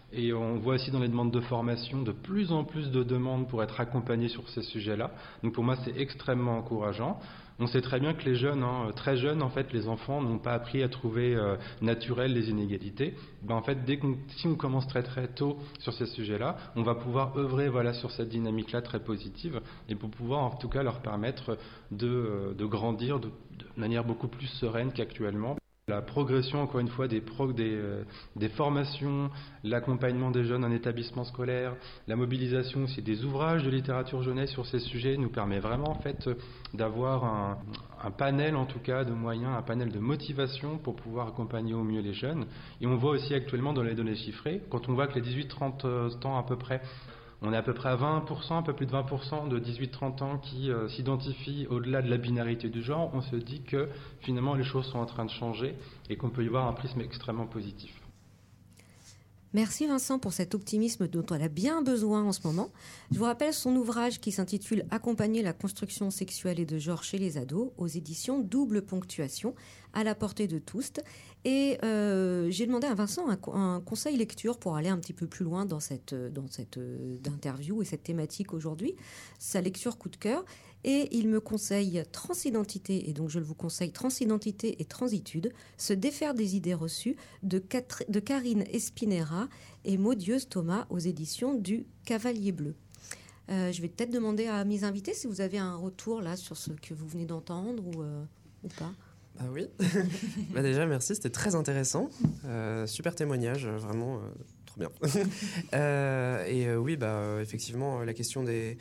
Et on voit aussi dans les demandes de formation de plus en plus de demandes pour être accompagnés sur ces sujets-là. Donc pour moi, c'est extrêmement encourageant. On sait très bien que les jeunes, très jeunes, en fait, les enfants n'ont pas appris à trouver naturelles les inégalités. En fait, si on commence très très tôt sur ces sujets-là, on va pouvoir œuvrer sur cette dynamique-là très positive et pour pouvoir en tout cas leur permettre de grandir de manière beaucoup plus sereine qu'actuellement. La progression, encore une fois, des formations, l'accompagnement des jeunes en établissement scolaire, la mobilisation aussi des ouvrages de littérature jeunesse sur ces sujets nous permet vraiment en fait d'avoir un panel en tout cas de moyens, un panel de motivation pour pouvoir accompagner au mieux les jeunes. Et on voit aussi actuellement dans les données chiffrées, quand on voit que les 18-30 ans à peu près, on est à peu près à 20%, un peu plus de 20% de 18-30 ans qui s'identifient au-delà de la binarité du genre. On se dit que finalement les choses sont en train de changer et qu'on peut y voir un prisme extrêmement positif. Merci Vincent pour cet optimisme dont on a bien besoin en ce moment. Je vous rappelle son ouvrage qui s'intitule « Accompagner la construction sexuelle et de genre chez les ados » aux éditions Double Ponctuation, à la portée de tous. Et j'ai demandé à Vincent un conseil lecture pour aller un petit peu plus loin dans cette interview et cette thématique aujourd'hui. Sa lecture coup de cœur. Et il me conseille Transidentité, et donc je vous conseille Transidentité et Transitude, se défaire des idées reçues de Karine Espinera et Maudieuse Thomas aux éditions du Cavalier Bleu. Je vais peut-être demander à mes invités si vous avez un retour là sur ce que vous venez d'entendre ou pas. Ah oui. Déjà merci, c'était très intéressant, super témoignage, vraiment trop bien. Oui, effectivement la question des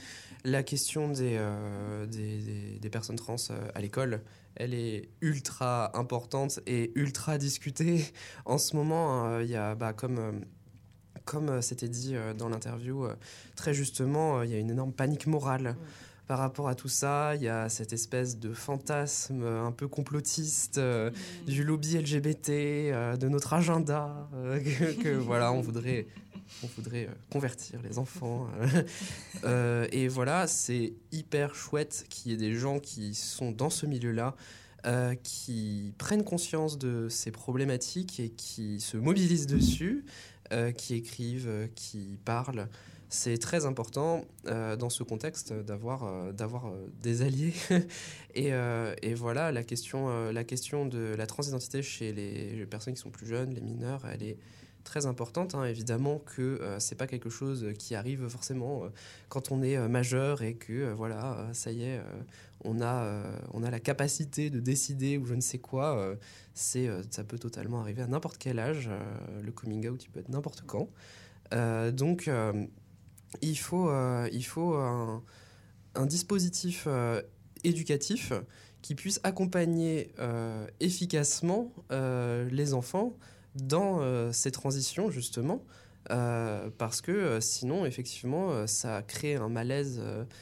personnes trans à l'école, elle est ultra importante et ultra discutée en ce moment. Il y a comme c'était dit dans l'interview, très justement, il y a une énorme panique morale. Par rapport à tout ça, il y a cette espèce de fantasme un peu complotiste du lobby LGBT, de notre agenda, que voilà, on voudrait convertir les enfants. Et voilà, c'est hyper chouette qu'il y ait des gens qui sont dans ce milieu-là, qui prennent conscience de ces problématiques et qui se mobilisent dessus, qui écrivent, qui parlent. C'est très important dans ce contexte d'avoir des alliés. et voilà, la question de la transidentité chez les personnes qui sont plus jeunes, les mineurs, elle est très importante. Évidemment que c'est pas quelque chose qui arrive forcément quand on est majeur et que voilà, ça y est, on a la capacité de décider ou je ne sais quoi. Ça peut totalement arriver à n'importe quel âge. Le coming out, il peut être n'importe quand. Donc il faut un dispositif éducatif qui puisse accompagner efficacement les enfants dans ces transitions, justement, parce que sinon, effectivement, ça crée un malaise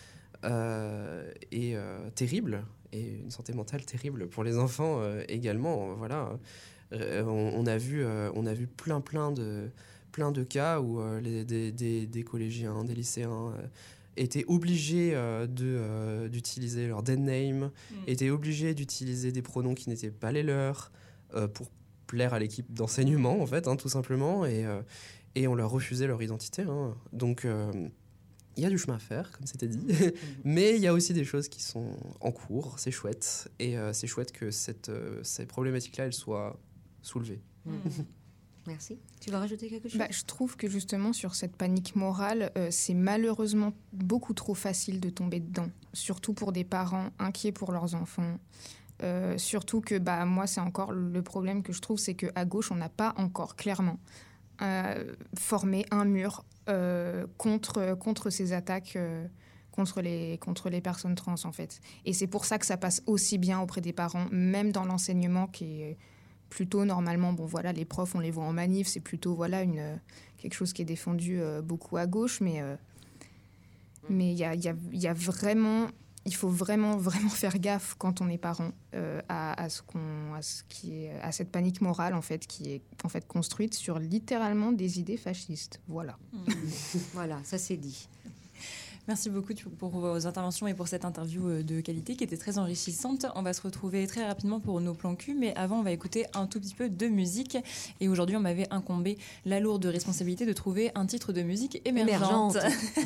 terrible, et une santé mentale terrible pour les enfants également. Voilà. On a vu plein de cas où des collégiens, des lycéens étaient obligés d'utiliser leur dead name, étaient obligés d'utiliser des pronoms qui n'étaient pas les leurs pour plaire à l'équipe d'enseignement, en fait, tout simplement, et on leur refusait leur identité. Donc, il y a du chemin à faire, comme c'était dit, mais il y a aussi des choses qui sont en cours, c'est chouette, et c'est chouette que ces problématiques-là, elles soient soulevées. Merci. Tu vas rajouter quelque chose ? Je trouve que justement, sur cette panique morale, c'est malheureusement beaucoup trop facile de tomber dedans, surtout pour des parents inquiets pour leurs enfants. Surtout que moi, c'est encore le problème que je trouve, c'est qu'à gauche, on n'a pas encore clairement formé un mur contre ces attaques, contre les personnes trans, en fait. Et c'est pour ça que ça passe aussi bien auprès des parents, même dans l'enseignement qui est plutôt normalement, les profs, on les voit en manif, c'est plutôt quelque chose qui est défendu beaucoup à gauche, mais il y a vraiment... Il faut vraiment faire gaffe quand on est parent à cette panique morale en fait qui est en fait construite sur littéralement des idées fascistes. Voilà. Voilà, ça c'est dit. Merci beaucoup pour vos interventions et pour cette interview de qualité qui était très enrichissante. On va se retrouver très rapidement pour nos plans cul, mais avant, on va écouter un tout petit peu de musique. Et aujourd'hui, on m'avait incombé la lourde responsabilité de trouver un titre de musique émergente.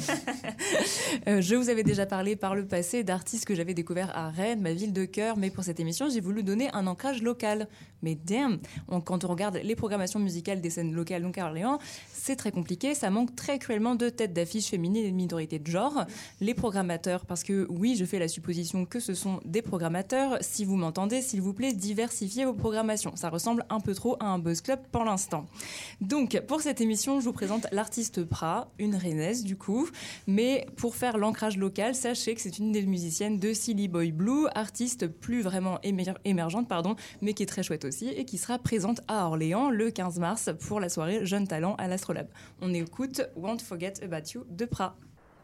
Je vous avais déjà parlé par le passé d'artistes que j'avais découverts à Rennes, ma ville de cœur, mais pour cette émission, j'ai voulu donner un ancrage local. Mais damn, quand on regarde les programmations musicales des scènes locales, donc à Orléans, c'est très compliqué. Ça manque très cruellement de têtes d'affiche féminines et de minorités de genre. Les programmateurs, parce que oui, je fais la supposition que ce sont des programmateurs. Si vous m'entendez, s'il vous plaît, diversifiez vos programmations. Ça ressemble un peu trop à un buzz club pour l'instant. Donc, pour cette émission, je vous présente l'artiste Pra, une rennaise du coup. Mais pour faire l'ancrage local, sachez que c'est une des musiciennes de Silly Boy Blue, artiste plus vraiment émergente, mais qui est très chouette aussi et qui sera présente à Orléans le 15 mars pour la soirée Jeunes Talents à l'Astrolabe. On écoute Won't Forget About You de Pra.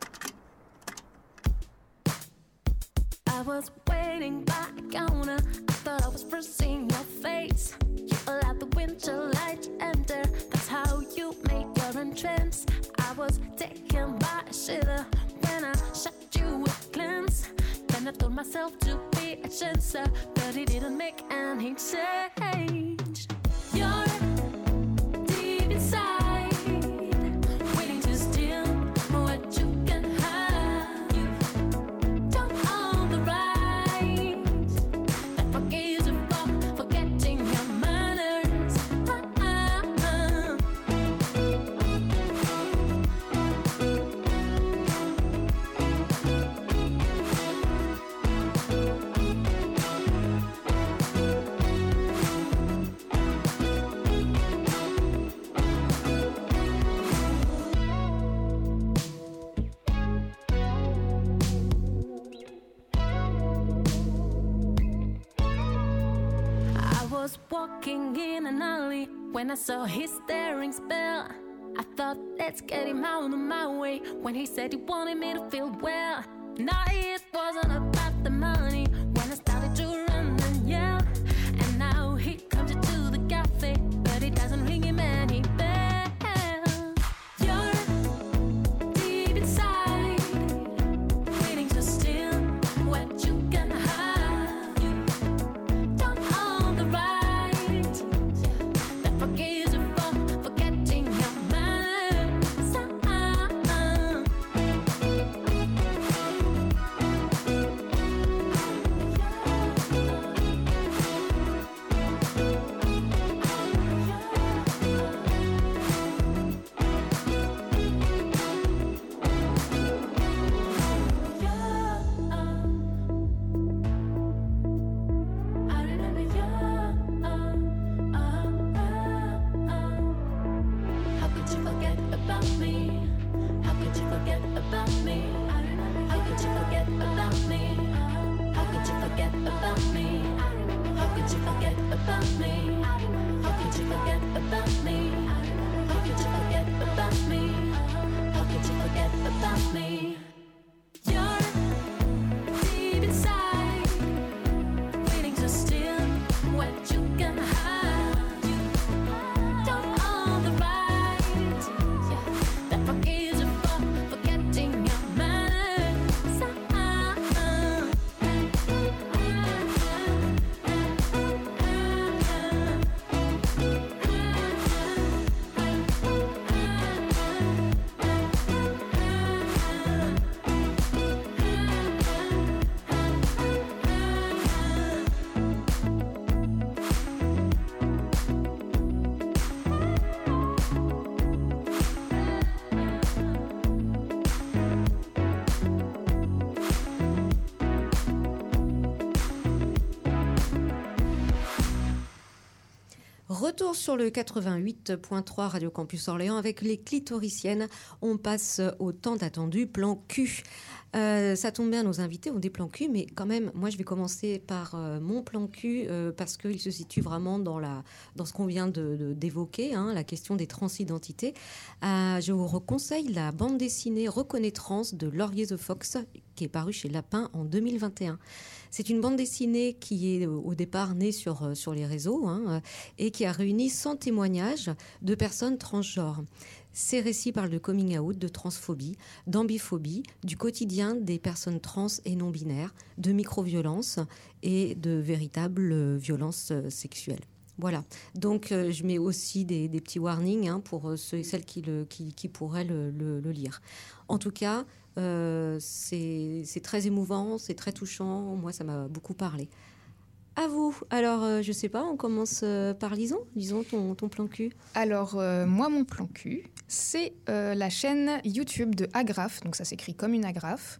I was waiting by the counter. I thought I was first seeing your face. You allowed the winter light to enter. That's how you make your entrance. I was taken by a shiver when I shot you a glance. Then I told myself to be a chancer, but it didn't make any change. You're deep inside, waiting to steal what you can have. You don't own the right that forgives you for forgetting your manners. I was walking in an alley when I saw his staring spell. I thought, let's get him out of my way. When he said he wanted me to feel well. Now it wasn't about the money. When I started to run and yell, and now he comes into the cafe, but it doesn't ring him any bell. You're deep inside, waiting to steal what you can have. You don't own the right that forgives you for forgetting your manners. How could you forget about me? How could you forget about me? How could you forget about me? How could you forget about me? How could you forget about me? How could you forget about me? How could you forget about me? How could you forget about me? You're deep inside, waiting to steal what you can have. You don't own the right that forgives you for forgetting your manners. Retour sur le 88.3 Radio Campus Orléans avec les clitoriciennes. On passe au tant attendu plan cul. Ça tombe bien, nos invités ont des plans cul, mais quand même, moi je vais commencer par mon plan cul parce qu'il se situe vraiment dans ce qu'on vient d'évoquer, hein, la question des transidentités. Je vous conseille la bande dessinée Reconnaissance de Laurier the Fox qui est parue chez Lapin en 2021. C'est une bande dessinée qui est au départ née sur les réseaux, hein, et qui a réuni 100 témoignages de personnes transgenres. Ces récits parlent de coming out, de transphobie, d'ambiphobie, du quotidien des personnes trans et non-binaires, de micro-violences et de véritables violences sexuelles. Voilà. Donc, je mets aussi des petits warnings pour ceux et celles qui pourraient le lire. En tout cas, c'est très émouvant, c'est très touchant. Moi, ça m'a beaucoup parlé. À vous. Alors, je sais pas, on commence par Lison. Lison, ton plan cul. Alors, moi, mon plan cul, c'est la chaîne YouTube de Agraphe, donc ça s'écrit comme une agrafe,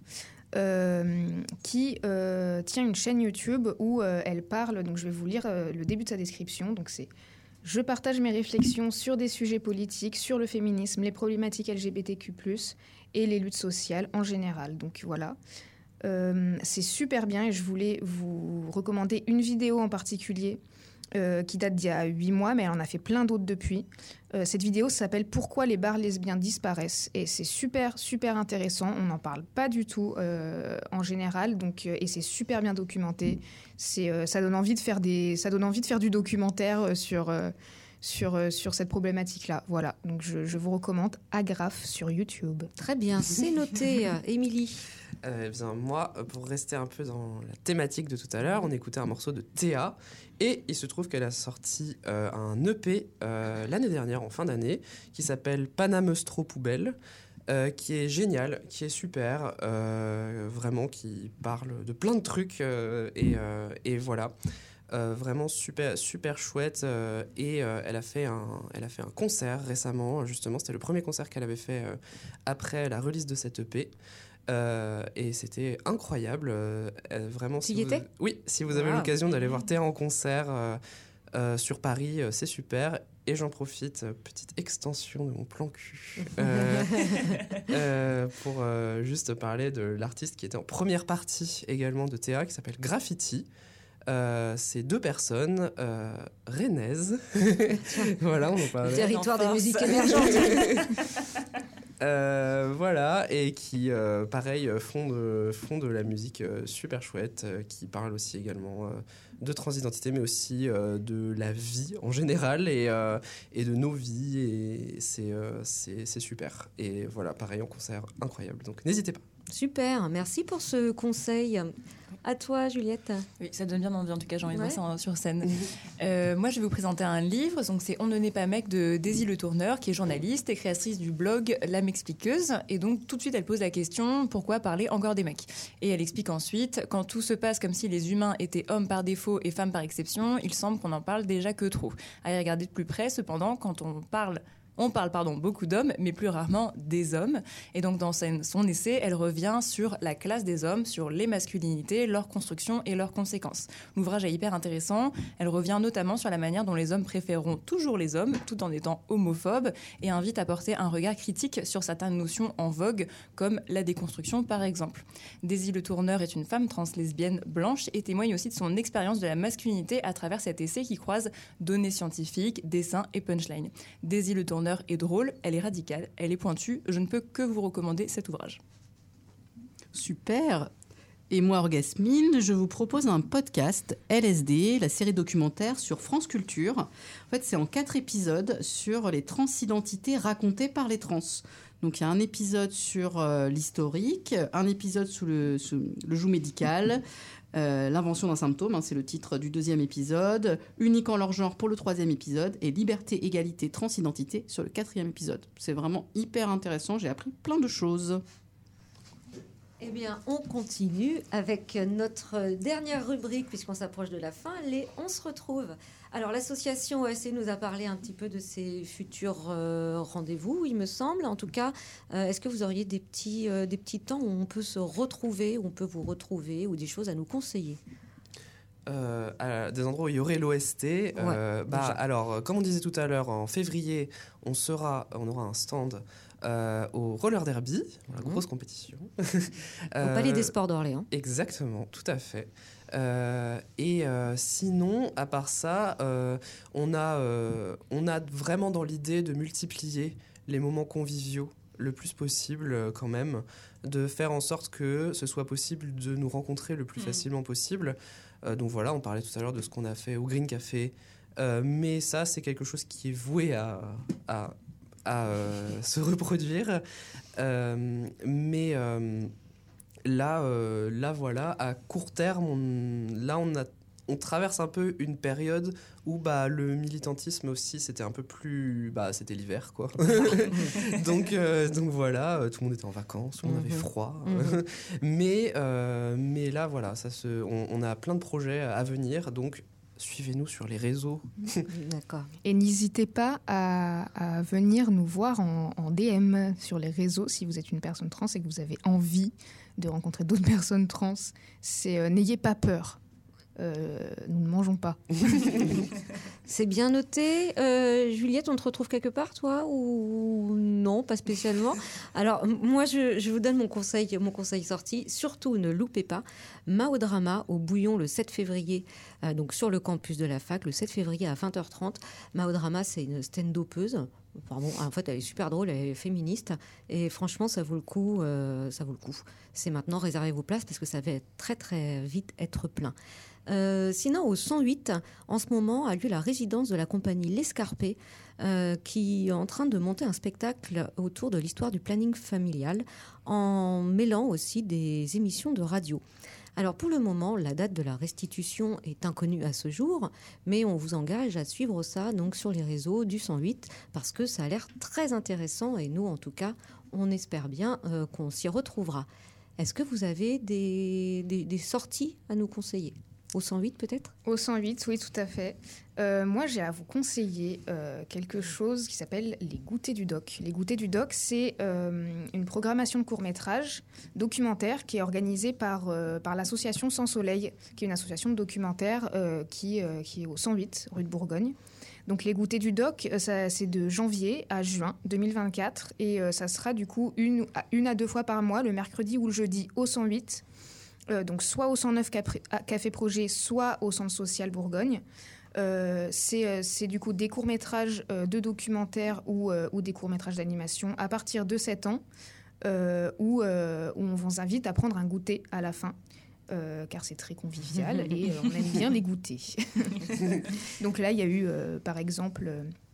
qui tient une chaîne YouTube où elle parle, donc je vais vous lire le début de sa description, donc c'est « Je partage mes réflexions sur des sujets politiques, sur le féminisme, les problématiques LGBTQ+, et les luttes sociales en général ». Donc voilà. C'est super bien et je voulais vous recommander une vidéo en particulier qui date d'il y a 8 mois, mais elle en a fait plein d'autres depuis. Cette vidéo s'appelle « Pourquoi les bars lesbiens disparaissent ?» et c'est super, super intéressant. On n'en parle pas du tout en général, donc, et c'est super bien documenté. Ça donne envie de faire du documentaire sur cette problématique-là. Voilà, donc je vous recommande Agraphe sur YouTube. Très bien, c'est noté. Émilie. Eh bien, moi, pour rester un peu dans la thématique de tout à l'heure, on écoutait un morceau de Théa et il se trouve qu'elle a sorti un EP l'année dernière, en fin d'année, qui s'appelle Panameustro Poubelle, qui est génial, qui est super, vraiment qui parle de plein de trucs et voilà. Vraiment super, super chouette et elle a fait un concert récemment, justement, c'était le premier concert qu'elle avait fait après la release de cette EP. Et c'était incroyable, vraiment. Tu y étais ? Oui, si vous avez l'occasion d'aller voir Théa en concert sur Paris, c'est super. Et j'en profite, petite extension de mon plan cul, pour juste parler de l'artiste qui était en première partie également de Théa, qui s'appelle Graffiti. C'est 2 personnes rennaises. Voilà, on en parlait. Le territoire des musiques émergentes. Voilà, et qui, pareil, font de la musique super chouette, qui parle aussi également de transidentité, mais aussi de la vie en général et de nos vies, et c'est super. Et voilà, pareil, en concert, incroyable. Donc n'hésitez pas. Super, merci pour ce conseil. À toi, Juliette. Oui, ça donne bien envie, en tout cas, j'ai envie de voir ça sur scène. Moi, je vais vous présenter un livre, donc c'est On ne naît pas mec de Daisy Le Tourneur, qui est journaliste et créatrice du blog L'âme expliqueuse. Et donc, tout de suite, elle pose la question, pourquoi parler encore des mecs ? Et elle explique ensuite, quand tout se passe comme si les humains étaient hommes par défaut et femmes par exception, il semble qu'on n'en parle déjà que trop. À y regarder de plus près, cependant, quand on parle beaucoup d'hommes, mais plus rarement des hommes. Et donc, dans son essai, elle revient sur la classe des hommes, sur les masculinités, leur construction et leurs conséquences. L'ouvrage est hyper intéressant. Elle revient notamment sur la manière dont les hommes préféreront toujours les hommes, tout en étant homophobes, et invite à porter un regard critique sur certaines notions en vogue, comme la déconstruction, par exemple. Daisy Le Tourneur est une femme trans lesbienne blanche et témoigne aussi de son expérience de la masculinité à travers cet essai qui croise données scientifiques, dessins et punchlines. Daisy Le Tourneur est drôle, elle est radicale, elle est pointue. Je ne peux que vous recommander cet ouvrage. Super. Et moi, Orgasmine, je vous propose un podcast LSD, la série documentaire sur France Culture. En fait, c'est en 4 épisodes sur les transidentités racontées par les trans. Donc, il y a un épisode sur l'historique, un épisode sous le joug médical, l'invention d'un symptôme, c'est le titre du 2e épisode, uniquant leur genre pour le 3e épisode, et liberté, égalité, transidentité sur le 4e épisode. C'est vraiment hyper intéressant, j'ai appris plein de choses. Eh bien, on continue avec notre dernière rubrique, puisqu'on s'approche de la fin, les On se retrouve. Alors, l'association OSC nous a parlé un petit peu de ses futurs rendez-vous, il me semble. En tout cas, est-ce que vous auriez des petits temps où on peut se retrouver, où on peut vous retrouver, ou des choses à nous conseiller ? Des endroits où il y aurait l'OST. Alors, comme on disait tout à l'heure, en février, on aura un stand au roller derby, la grosse compétition. Au Palais des Sports d'Orléans. Exactement, tout à fait. Sinon, à part ça, on a vraiment dans l'idée de multiplier les moments conviviaux le plus possible quand même, de faire en sorte que ce soit possible de nous rencontrer le plus facilement possible. Donc voilà, on parlait tout à l'heure de ce qu'on a fait au Green Café, mais ça, c'est quelque chose qui est voué à se reproduire. Mais là, voilà, à court terme, on traverse un peu une période où le militantisme aussi, c'était un peu plus... c'était l'hiver, quoi. donc voilà, tout le monde était en vacances, tout le monde avait froid. Mais là, voilà, on a plein de projets à venir, donc suivez-nous sur les réseaux. D'accord. Et n'hésitez pas à venir nous voir en DM sur les réseaux si vous êtes une personne trans et que vous avez envie de rencontrer d'autres personnes trans. N'ayez pas peur. Nous ne mangeons pas. C'est bien noté. Juliette, on te retrouve quelque part, toi, ou non, pas spécialement? Alors, moi, je vous donne mon conseil sorti. Surtout, ne loupez pas Maodrama au Bouillon le 7 février, donc sur le campus de la fac, le 7 février à 20h30. Maodrama, c'est une stand-upeuse. En fait, elle est super drôle, elle est féministe. Et franchement, ça vaut le coup. C'est maintenant, réservez vos places parce que ça va très, très vite être plein. Sinon, au 108, en ce moment, a lieu la résidence de la compagnie L'Escarpé, qui est en train de monter un spectacle autour de l'histoire du planning familial, en mêlant aussi des émissions de radio. Alors, pour le moment, la date de la restitution est inconnue à ce jour, mais on vous engage à suivre ça donc, sur les réseaux du 108, parce que ça a l'air très intéressant, et nous, en tout cas, on espère bien qu'on s'y retrouvera. Est-ce que vous avez des sorties à nous conseiller ? Au 108 peut-être ? Au 108, oui, tout à fait. Moi, j'ai à vous conseiller quelque chose qui s'appelle les Goûters du Doc. Les Goûters du Doc, c'est une programmation de court-métrage documentaire qui est organisée par l'association Sans Soleil, qui est une association de documentaires qui est au 108, rue de Bourgogne. Donc les Goûters du Doc, c'est de janvier à juin 2024 et ça sera du coup une à deux fois par mois, le mercredi ou le jeudi au 108. Donc soit au 109 Café Projet, soit au Centre Social Bourgogne. C'est du coup des courts-métrages de documentaires ou des courts-métrages d'animation à partir de 7 ans où on vous invite à prendre un goûter à la fin. Car c'est très convivial et on aime bien les goûters. Donc là, il y a eu par exemple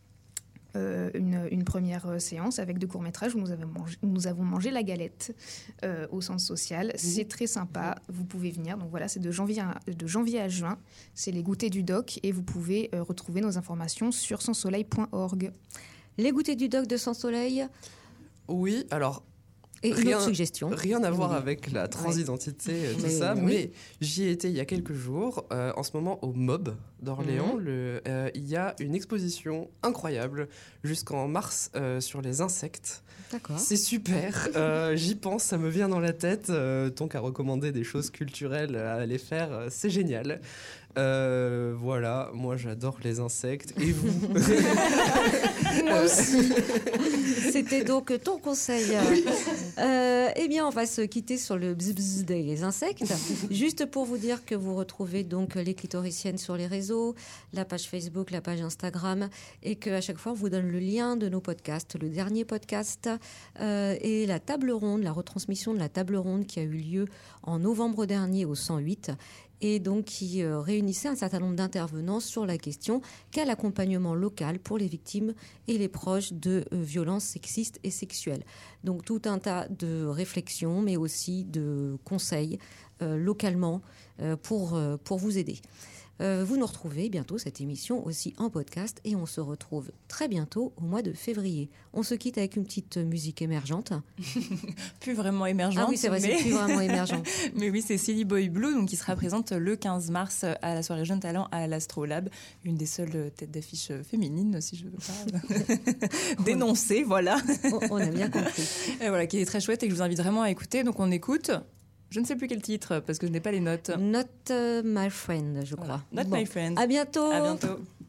une première séance avec 2 courts-métrages où nous avons mangé la galette au centre social. C'est très sympa, vous pouvez venir. Donc voilà, c'est de janvier à juin. C'est les Goûters du Doc et vous pouvez retrouver nos informations sur sanssoleil.org. Les Goûters du Doc de Sans Soleil. Oui, alors... Et une autre suggestion. Rien à voir avec la transidentité, tout ça, mais j'y ai été il y a quelques jours. En ce moment, au MOB d'Orléans, il y a une exposition incroyable jusqu'en mars sur les insectes. D'accord. C'est super, j'y pense, ça me vient dans la tête. Tant qu'à recommander des choses culturelles à aller faire, c'est génial. Voilà, moi j'adore les insectes. Et vous? Moi aussi. C'était donc ton conseil. Eh bien, on va se quitter sur le bzz des insectes. Juste pour vous dire que vous retrouvez donc les clitoriciennes sur les réseaux, la page Facebook, la page Instagram, et qu'à chaque fois, on vous donne le lien de nos podcasts. Le dernier podcast et la table ronde, la retransmission de la table ronde qui a eu lieu en novembre dernier au 108. Et donc qui réunissait un certain nombre d'intervenants sur la question quel accompagnement local pour les victimes et les proches de violences sexistes et sexuelles. Donc tout un tas de réflexions, mais aussi de conseils localement pour vous aider. Vous nous retrouvez bientôt cette émission aussi en podcast et on se retrouve très bientôt au mois de février. On se quitte avec une petite musique émergente. Plus vraiment émergente. Ah oui, c'est vrai, c'est plus vraiment émergent. Mais oui, c'est Silly Boy Blue, donc qui sera présente le 15 mars à la soirée Jeunes Talents à l'Astrolabe. Une des seules têtes d'affiche féminines, si je veux pas dénoncer, voilà. On a bien compris. Et voilà, qui est très chouette et que je vous invite vraiment à écouter. Donc on écoute... Je ne sais plus quel titre, parce que je n'ai pas les notes. Not My Friend, je crois. Not My Friend. À bientôt. À bientôt.